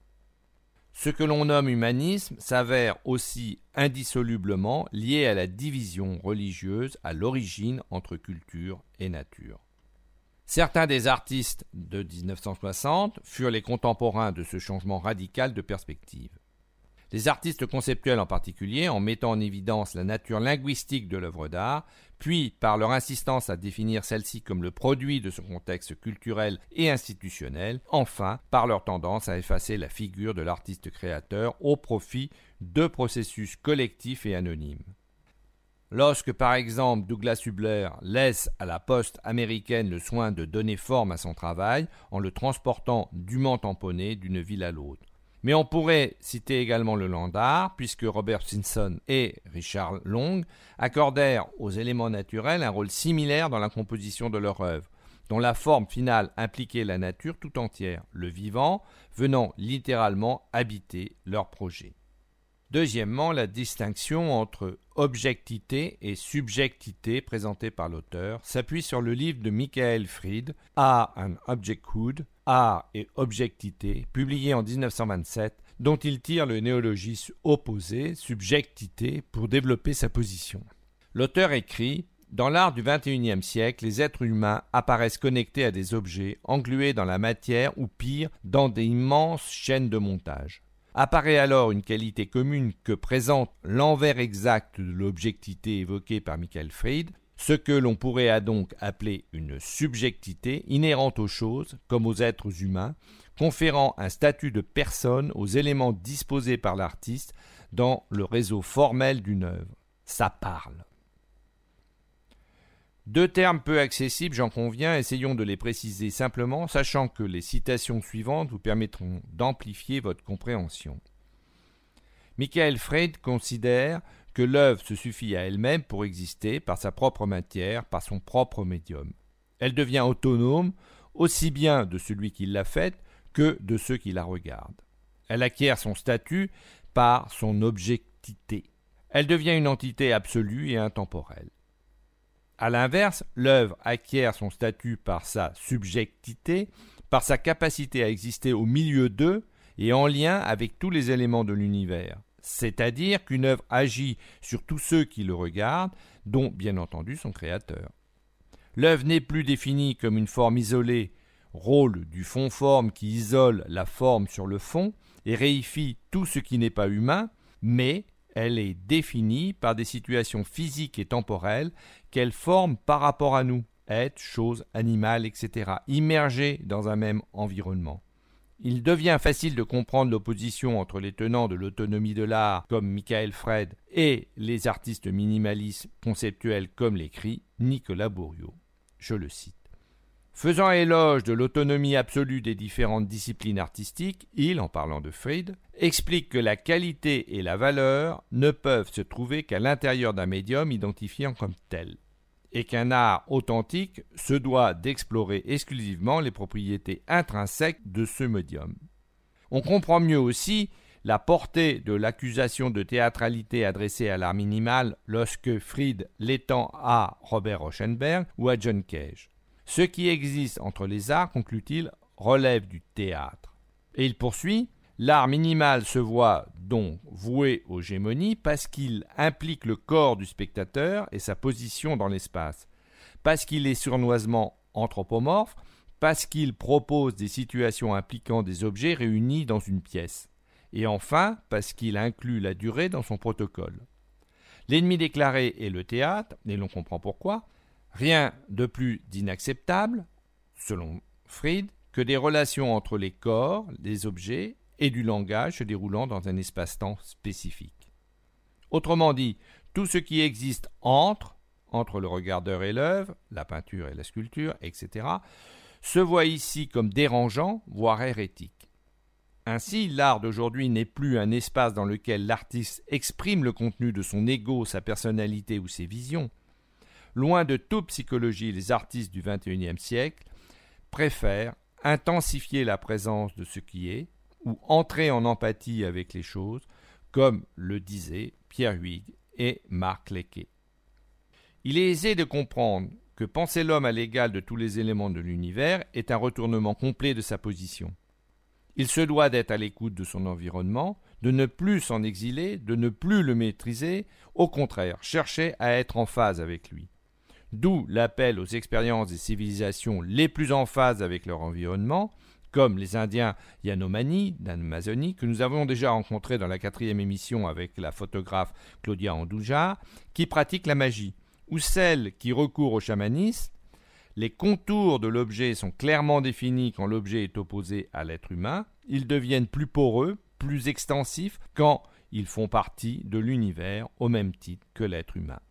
Ce que l'on nomme humanisme s'avère aussi indissolublement lié à la division religieuse à l'origine entre culture et nature. Certains des artistes de 1960 furent les contemporains de ce changement radical de perspective. Les artistes conceptuels en particulier, en mettant en évidence la nature linguistique de l'œuvre d'art, puis par leur insistance à définir celle-ci comme le produit de son contexte culturel et institutionnel, enfin par leur tendance à effacer la figure de l'artiste créateur au profit de processus collectifs et anonymes. Lorsque par exemple Douglas Hubler laisse à la poste américaine le soin de donner forme à son travail en le transportant dûment tamponné d'une ville à l'autre. Mais on pourrait citer également le land art, puisque Robert Simpson et Richard Long accordèrent aux éléments naturels un rôle similaire dans la composition de leur œuvre, dont la forme finale impliquait la nature tout entière, le vivant venant littéralement habiter leur projet. Deuxièmement, la distinction entre objectivité et subjectivité présentée par l'auteur s'appuie sur le livre de Michael Fried, Art and Objecthood, Art et objectivité, publié en 1927, dont il tire le néologisme opposé, subjectivité, pour développer sa position. L'auteur écrit « Dans l'art du XXIe siècle, les êtres humains apparaissent connectés à des objets, englués dans la matière ou pire, dans des immenses chaînes de montage. Apparaît alors une qualité commune que présente l'envers exact de l'objectivité évoquée par Michael Fried, ce que l'on pourrait donc appeler une subjectivité inhérente aux choses, comme aux êtres humains, conférant un statut de personne aux éléments disposés par l'artiste dans le réseau formel d'une œuvre. Ça parle. Deux termes peu accessibles, j'en conviens, essayons de les préciser simplement, sachant que les citations suivantes vous permettront d'amplifier votre compréhension. Michael Fried considère que l'œuvre se suffit à elle-même pour exister par sa propre matière, par son propre médium. Elle devient autonome aussi bien de celui qui l'a faite que de ceux qui la regardent. Elle acquiert son statut par son objectivité. Elle devient une entité absolue et intemporelle. A l'inverse, l'œuvre acquiert son statut par sa subjectivité, par sa capacité à exister au milieu d'eux et en lien avec tous les éléments de l'univers. C'est-à-dire qu'une œuvre agit sur tous ceux qui le regardent, dont bien entendu son créateur. L'œuvre n'est plus définie comme une forme isolée, rôle du fond-forme qui isole la forme sur le fond et réifie tout ce qui n'est pas humain, mais elle est définie par des situations physiques et temporelles qu'elle forme par rapport à nous, êtres, choses, animaux, etc., immergés dans un même environnement. Il devient facile de comprendre l'opposition entre les tenants de l'autonomie de l'art comme Michael Fried et les artistes minimalistes conceptuels comme l'écrit Nicolas Bourriaud. Je le cite. Faisant éloge de l'autonomie absolue des différentes disciplines artistiques, il, en parlant de Fried, explique que la qualité et la valeur ne peuvent se trouver qu'à l'intérieur d'un médium identifié comme tel, et qu'un art authentique se doit d'explorer exclusivement les propriétés intrinsèques de ce médium. On comprend mieux aussi la portée de l'accusation de théâtralité adressée à l'art minimal lorsque Fried l'étend à Robert Rauschenberg ou à John Cage. Ce qui existe entre les arts, conclut-il, relève du théâtre. Et il poursuit, l'art minimal se voit donc voué aux gémonies parce qu'il implique le corps du spectateur et sa position dans l'espace, parce qu'il est sournoisement anthropomorphe, parce qu'il propose des situations impliquant des objets réunis dans une pièce, et enfin parce qu'il inclut la durée dans son protocole. L'ennemi déclaré est le théâtre, et l'on comprend pourquoi. Rien de plus d'inacceptable, selon Fried, que des relations entre les corps, les objets et du langage se déroulant dans un espace-temps spécifique. Autrement dit, tout ce qui existe entre le regardeur et l'œuvre, la peinture et la sculpture, etc., se voit ici comme dérangeant, voire hérétique. Ainsi, l'art d'aujourd'hui n'est plus un espace dans lequel l'artiste exprime le contenu de son ego, sa personnalité ou ses visions. Loin de toute psychologie, les artistes du XXIe siècle préfèrent intensifier la présence de ce qui est ou entrer en empathie avec les choses, comme le disaient Pierre Huyghe et Marc Lequet. Il est aisé de comprendre que penser l'homme à l'égal de tous les éléments de l'univers est un retournement complet de sa position. Il se doit d'être à l'écoute de son environnement, de ne plus s'en exiler, de ne plus le maîtriser, au contraire, chercher à être en phase avec lui. D'où l'appel aux expériences des civilisations les plus en phase avec leur environnement, comme les Indiens Yanomami d'Amazonie, que nous avons déjà rencontrés dans la 4e émission avec la photographe Claudia Andujar, qui pratiquent la magie, ou celles qui recourent au chamanisme. Les contours de l'objet sont clairement définis quand l'objet est opposé à l'être humain. Ils deviennent plus poreux, plus extensifs quand ils font partie de l'univers au même titre que l'être humain.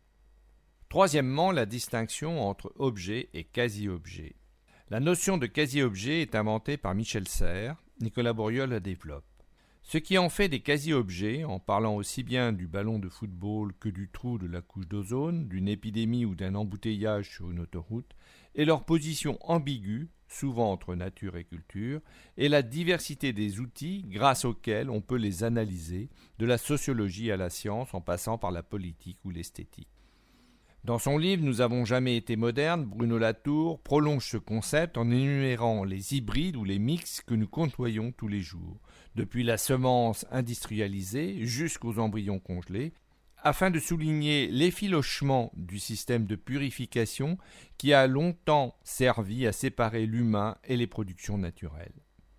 Troisièmement, la distinction entre objet et quasi-objet. La notion de quasi-objet est inventée par Michel Serres, Nicolas Bourriol la développe. Ce qui en fait des quasi-objets, en parlant aussi bien du ballon de football que du trou de la couche d'ozone, d'une épidémie ou d'un embouteillage sur une autoroute, est leur position ambiguë, souvent entre nature et culture, et la diversité des outils grâce auxquels on peut les analyser, de la sociologie à la science en passant par la politique ou l'esthétique. Dans son livre « Nous avons jamais été modernes », Bruno Latour prolonge ce concept en énumérant les hybrides ou les mix que nous côtoyons tous les jours, depuis la semence industrialisée jusqu'aux embryons congelés, afin de souligner l'effilochement du système de purification qui a longtemps servi à séparer l'humain et les productions naturelles.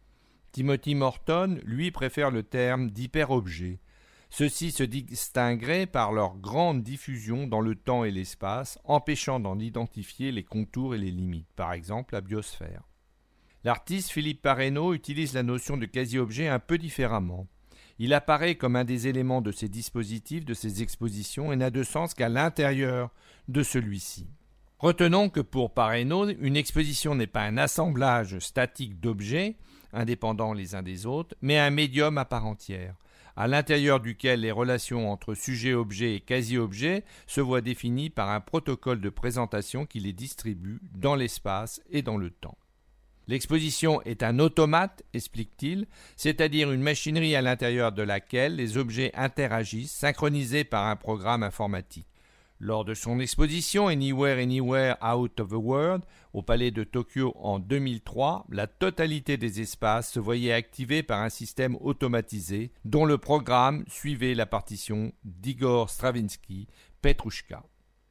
Timothy Morton, lui, préfère le terme d'hyperobjet. Ceux-ci se distingueraient par leur grande diffusion dans le temps et l'espace, empêchant d'en identifier les contours et les limites, par exemple la biosphère. L'artiste Philippe Parreno utilise la notion de quasi-objet un peu différemment. Il apparaît comme un des éléments de ces dispositifs, de ces expositions, et n'a de sens qu'à l'intérieur de celui-ci. Retenons que pour Parreno, une exposition n'est pas un assemblage statique d'objets, indépendants les uns des autres, mais un médium à part entière, à l'intérieur duquel les relations entre sujet-objet et quasi-objet se voient définies par un protocole de présentation qui les distribue dans l'espace et dans le temps. L'exposition est un automate, explique-t-il, c'est-à-dire une machinerie à l'intérieur de laquelle les objets interagissent, synchronisés par un programme informatique. Lors de son exposition Anywhere, Anywhere, Out of the World, au Palais de Tokyo en 2003, la totalité des espaces se voyait activée par un système automatisé dont le programme suivait la partition d'Igor Stravinsky, Petrouchka.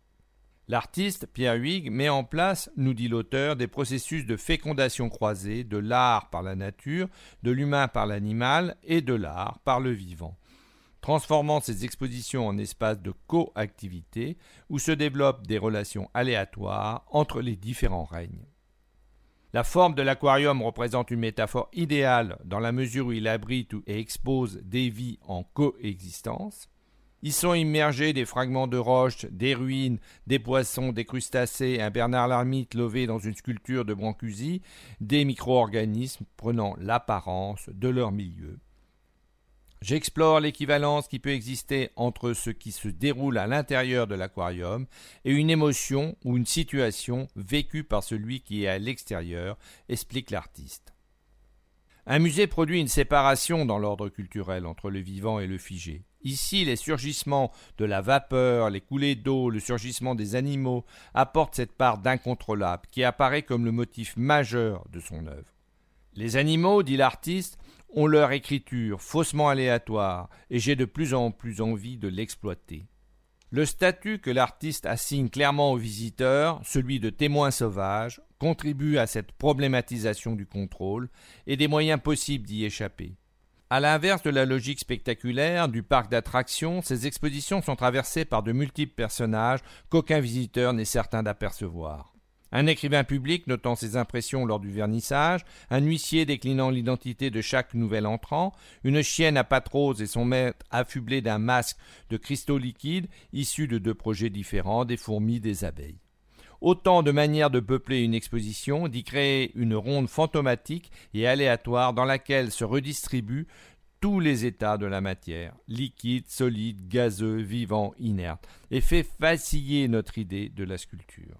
L'artiste, Pierre Huyghe, met en place, nous dit l'auteur, des processus de fécondation croisée de l'art par la nature, de l'humain par l'animal et de l'art par le vivant, transformant ces expositions en espaces de coactivité où se développent des relations aléatoires entre les différents règnes. La forme de l'aquarium représente une métaphore idéale dans la mesure où il abrite et expose des vies en coexistence. Y sont immergés des fragments de roches, des ruines, des poissons, des crustacés, un Bernard l'ermite lové dans une sculpture de Brancusi, des micro-organismes prenant l'apparence de leur milieu. J'explore l'équivalence qui peut exister entre ce qui se déroule à l'intérieur de l'aquarium et une émotion ou une situation vécue par celui qui est à l'extérieur, explique l'artiste. Un musée produit une séparation dans l'ordre culturel entre le vivant et le figé. Ici, les surgissements de la vapeur, les coulées d'eau, le surgissement des animaux apportent cette part d'incontrôlable qui apparaît comme le motif majeur de son œuvre. Les animaux, dit l'artiste, ont leur écriture faussement aléatoire et j'ai de plus en plus envie de l'exploiter. Le statut que l'artiste assigne clairement aux visiteurs, celui de témoin sauvage, contribue à cette problématisation du contrôle et des moyens possibles d'y échapper. À l'inverse de la logique spectaculaire du parc d'attractions, ces expositions sont traversées par de multiples personnages qu'aucun visiteur n'est certain d'apercevoir. Un écrivain public notant ses impressions lors du vernissage, un huissier déclinant l'identité de chaque nouvel entrant, une chienne à pattes roses et son maître affublé d'un masque de cristaux liquides issus de 2 projets différents, des fourmis, des abeilles. Autant de manières de peupler une exposition, d'y créer une ronde fantomatique et aléatoire dans laquelle se redistribuent tous les états de la matière, liquide, solide, gazeux, vivant, inerte, et fait vaciller notre idée de la sculpture.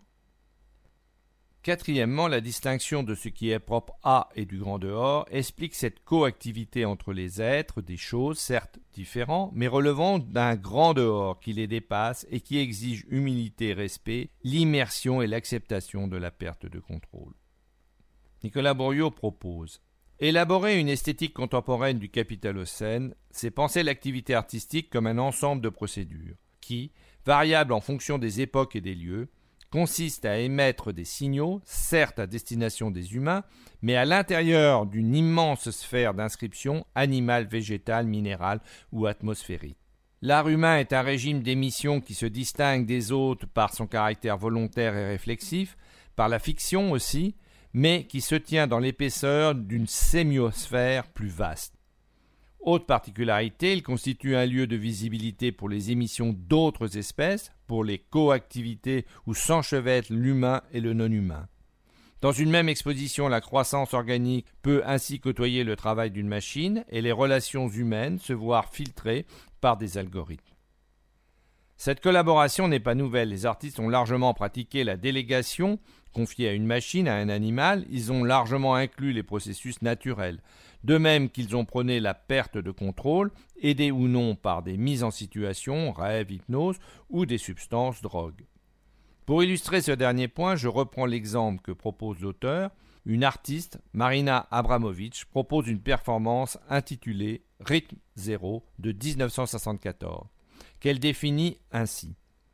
Quatrièmement, la distinction de ce qui est propre à et du grand dehors explique cette coactivité entre les êtres, des choses, certes différents, mais relevant d'un grand dehors qui les dépasse et qui exige humilité et respect, l'immersion et l'acceptation de la perte de contrôle. Nicolas Bourriaud propose « Élaborer une esthétique contemporaine du Capitalocène, c'est penser l'activité artistique comme un ensemble de procédures qui, variables en fonction des époques et des lieux, consiste à émettre des signaux, certes à destination des humains, mais à l'intérieur d'une immense sphère d'inscription animale, végétale, minérale ou atmosphérique. L'art humain est un régime d'émission qui se distingue des autres par son caractère volontaire et réflexif, par la fiction aussi, mais qui se tient dans l'épaisseur d'une sémiosphère plus vaste. Autre particularité, il constitue un lieu de visibilité pour les émissions d'autres espèces, pour les coactivités où s'enchevêtrent l'humain et le non-humain. Dans une même exposition, la croissance organique peut ainsi côtoyer le travail d'une machine et les relations humaines se voir filtrées par des algorithmes. Cette collaboration n'est pas nouvelle. Les artistes ont largement pratiqué la délégation confiée à une machine, à un animal. Ils ont largement inclus les processus naturels. De même qu'ils ont prôné la perte de contrôle, aidés ou non par des mises en situation, rêve, hypnose ou des substances drogues. Pour illustrer ce dernier point, je reprends l'exemple que propose l'auteur. Une artiste, Marina Abramović, propose une performance intitulée « Rythme zéro » de 1974, qu'elle définit ainsi.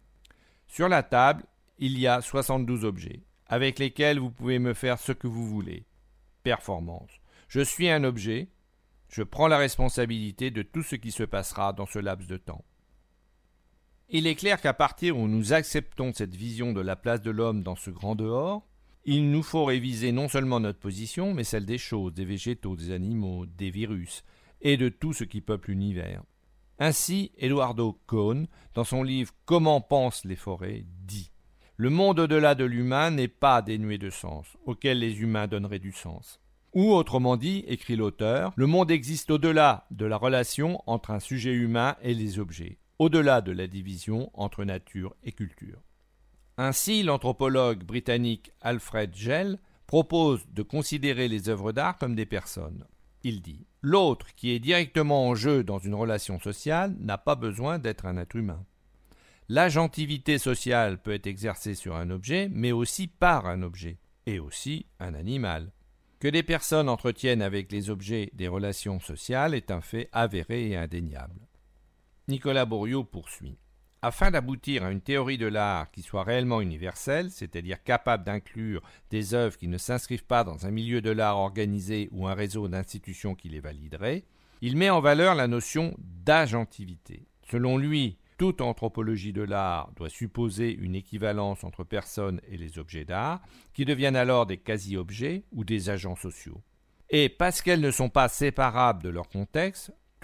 Sur la table, il y a 72 objets, avec lesquels vous pouvez me faire ce que vous voulez. Performance. Je suis un objet, je prends la responsabilité de tout ce qui se passera dans ce laps de temps. Il est clair qu'à partir où nous acceptons cette vision de la place de l'homme dans ce grand dehors, il nous faut réviser non seulement notre position, mais celle des choses, des végétaux, des animaux, des virus, et de tout ce qui peuple l'univers. Ainsi, Eduardo Kohn, dans son livre « Comment pensent les forêts », dit « Le monde au-delà de l'humain n'est pas dénué de sens, auquel les humains donneraient du sens. » Ou, autrement dit, écrit l'auteur, le monde existe au-delà de la relation entre un sujet humain et les objets, au-delà de la division entre nature et culture. Ainsi, l'anthropologue britannique Alfred Gell propose de considérer les œuvres d'art comme des personnes. Il dit « L'autre, qui est directement en jeu dans une relation sociale, n'a pas besoin d'être un être humain. L'agentivité sociale peut être exercée sur un objet, mais aussi par un objet, et aussi un animal. Que les personnes entretiennent avec les objets des relations sociales est un fait avéré et indéniable. » Nicolas Bourriaud poursuit. Afin d'aboutir à une théorie de l'art qui soit réellement universelle, c'est-à-dire capable d'inclure des œuvres qui ne s'inscrivent pas dans un milieu de l'art organisé ou un réseau d'institutions qui les validerait, il met en valeur la notion d'agentivité. Selon lui, toute anthropologie de l'art doit supposer une équivalence entre personnes et les objets d'art, qui deviennent alors des quasi-objets ou des agents sociaux. Et parce qu'elles ne sont pas séparables de leur contexte,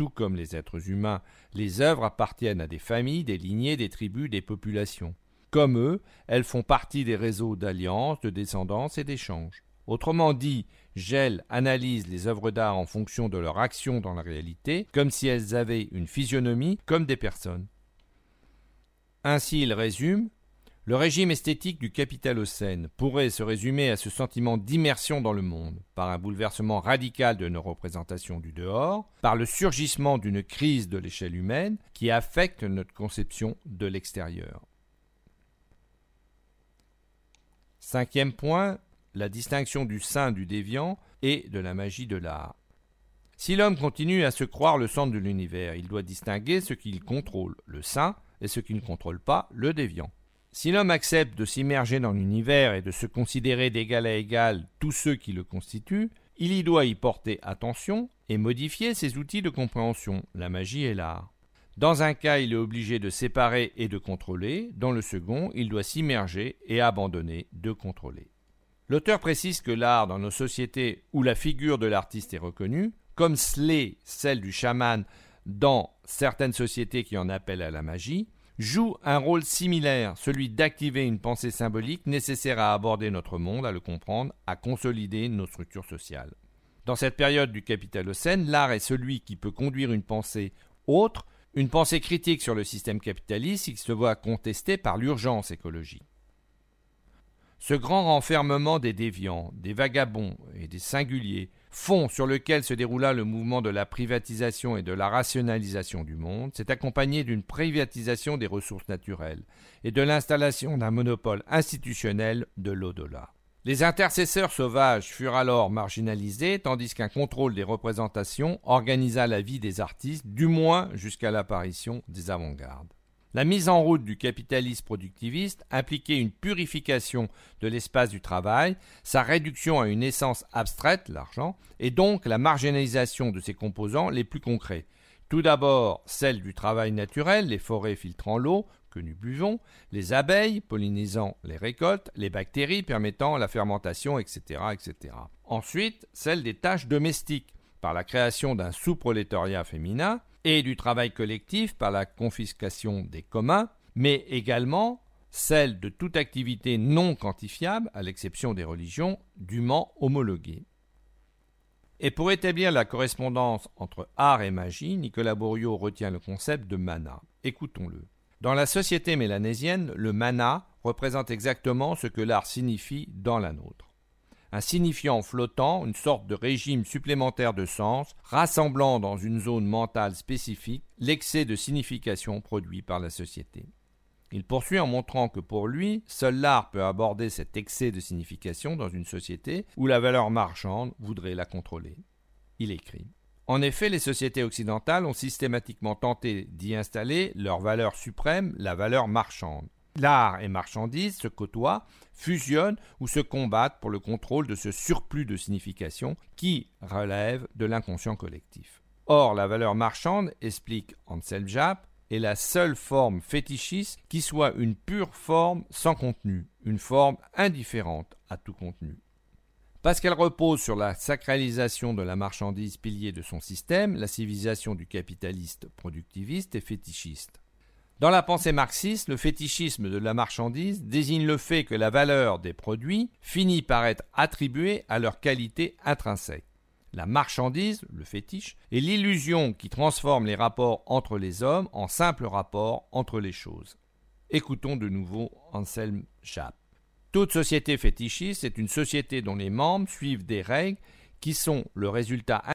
tout comme les êtres humains, les œuvres appartiennent à des familles, des lignées, des tribus, des populations. Comme eux, elles font partie des réseaux d'alliances, de descendance et d'échanges. Autrement dit, Gell analyse les œuvres d'art en fonction de leur action dans la réalité, comme si elles avaient une physionomie comme des personnes. Ainsi, il résume: le régime esthétique du Capitalocène pourrait se résumer à ce sentiment d'immersion dans le monde, par un bouleversement radical de nos représentations du dehors, par le surgissement d'une crise de l'échelle humaine qui affecte notre conception de l'extérieur. 5e point, la distinction du saint du déviant et de la magie de l'art. Si l'homme continue à se croire le centre de l'univers, il doit distinguer ce qu'il contrôle, le saint, et ce qu'il ne contrôle pas, le déviant. Si l'homme accepte de s'immerger dans l'univers et de se considérer d'égal à égal tous ceux qui le constituent, il y doit y porter attention et modifier ses outils de compréhension, la magie et l'art. Dans un cas, il est obligé de séparer et de contrôler, dans le second, il doit s'immerger et abandonner de contrôler. L'auteur précise que l'art, dans nos sociétés où la figure de l'artiste est reconnue, comme l'est celle du chaman dans certaines sociétés qui en appellent à la magie, joue un rôle similaire, celui d'activer une pensée symbolique nécessaire à aborder notre monde, à le comprendre, à consolider nos structures sociales. Dans cette période du Capitalocène, l'art est celui qui peut conduire une pensée autre, une pensée critique sur le système capitaliste qui se voit contestée par l'urgence écologique. Ce grand renfermement des déviants, des vagabonds et des singuliers, fond sur lequel se déroula le mouvement de la privatisation et de la rationalisation du monde, s'est accompagné d'une privatisation des ressources naturelles et de l'installation d'un monopole institutionnel de l'au-delà. Les intercesseurs sauvages furent alors marginalisés, tandis qu'un contrôle des représentations organisa la vie des artistes, du moins jusqu'à l'apparition des avant-gardes. La mise en route du capitalisme productiviste impliquait une purification de l'espace du travail, sa réduction à une essence abstraite, l'argent, et donc la marginalisation de ses composants les plus concrets. Tout d'abord, celle du travail naturel, les forêts filtrant l'eau que nous buvons, les abeilles pollinisant les récoltes, les bactéries permettant la fermentation, etc., etc. Ensuite, celle des tâches domestiques, par la création d'un sous-prolétariat féminin, et du travail collectif par la confiscation des communs, mais également celle de toute activité non quantifiable, à l'exception des religions, dûment homologuées. Et pour établir la correspondance entre art et magie, Nicolas Bourriaud retient le concept de mana. Écoutons-le. Dans la société mélanésienne, le mana représente exactement ce que l'art signifie dans la nôtre. Un signifiant flottant, une sorte de régime supplémentaire de sens, rassemblant dans une zone mentale spécifique l'excès de signification produit par la société. Il poursuit en montrant que pour lui, seul l'art peut aborder cet excès de signification dans une société où la valeur marchande voudrait la contrôler. Il écrit: en effet, les sociétés occidentales ont systématiquement tenté d'y installer leur valeur suprême, la valeur marchande. L'art et marchandise se côtoient, fusionnent ou se combattent pour le contrôle de ce surplus de signification qui relève de l'inconscient collectif. Or, la valeur marchande, explique Anselm Japp, est la seule forme fétichiste qui soit une pure forme sans contenu, une forme indifférente à tout contenu. Parce qu'elle repose sur la sacralisation de la marchandise pilier de son système, la civilisation du capitaliste productiviste est fétichiste. Dans la pensée marxiste, le fétichisme de la marchandise désigne le fait que la valeur des produits finit par être attribuée à leur qualité intrinsèque. La marchandise, le fétiche, est l'illusion qui transforme les rapports entre les hommes en simples rapports entre les choses. Écoutons de nouveau Anselm Japp. Toute société fétichiste est une société dont les membres suivent des règles qui sont le résultat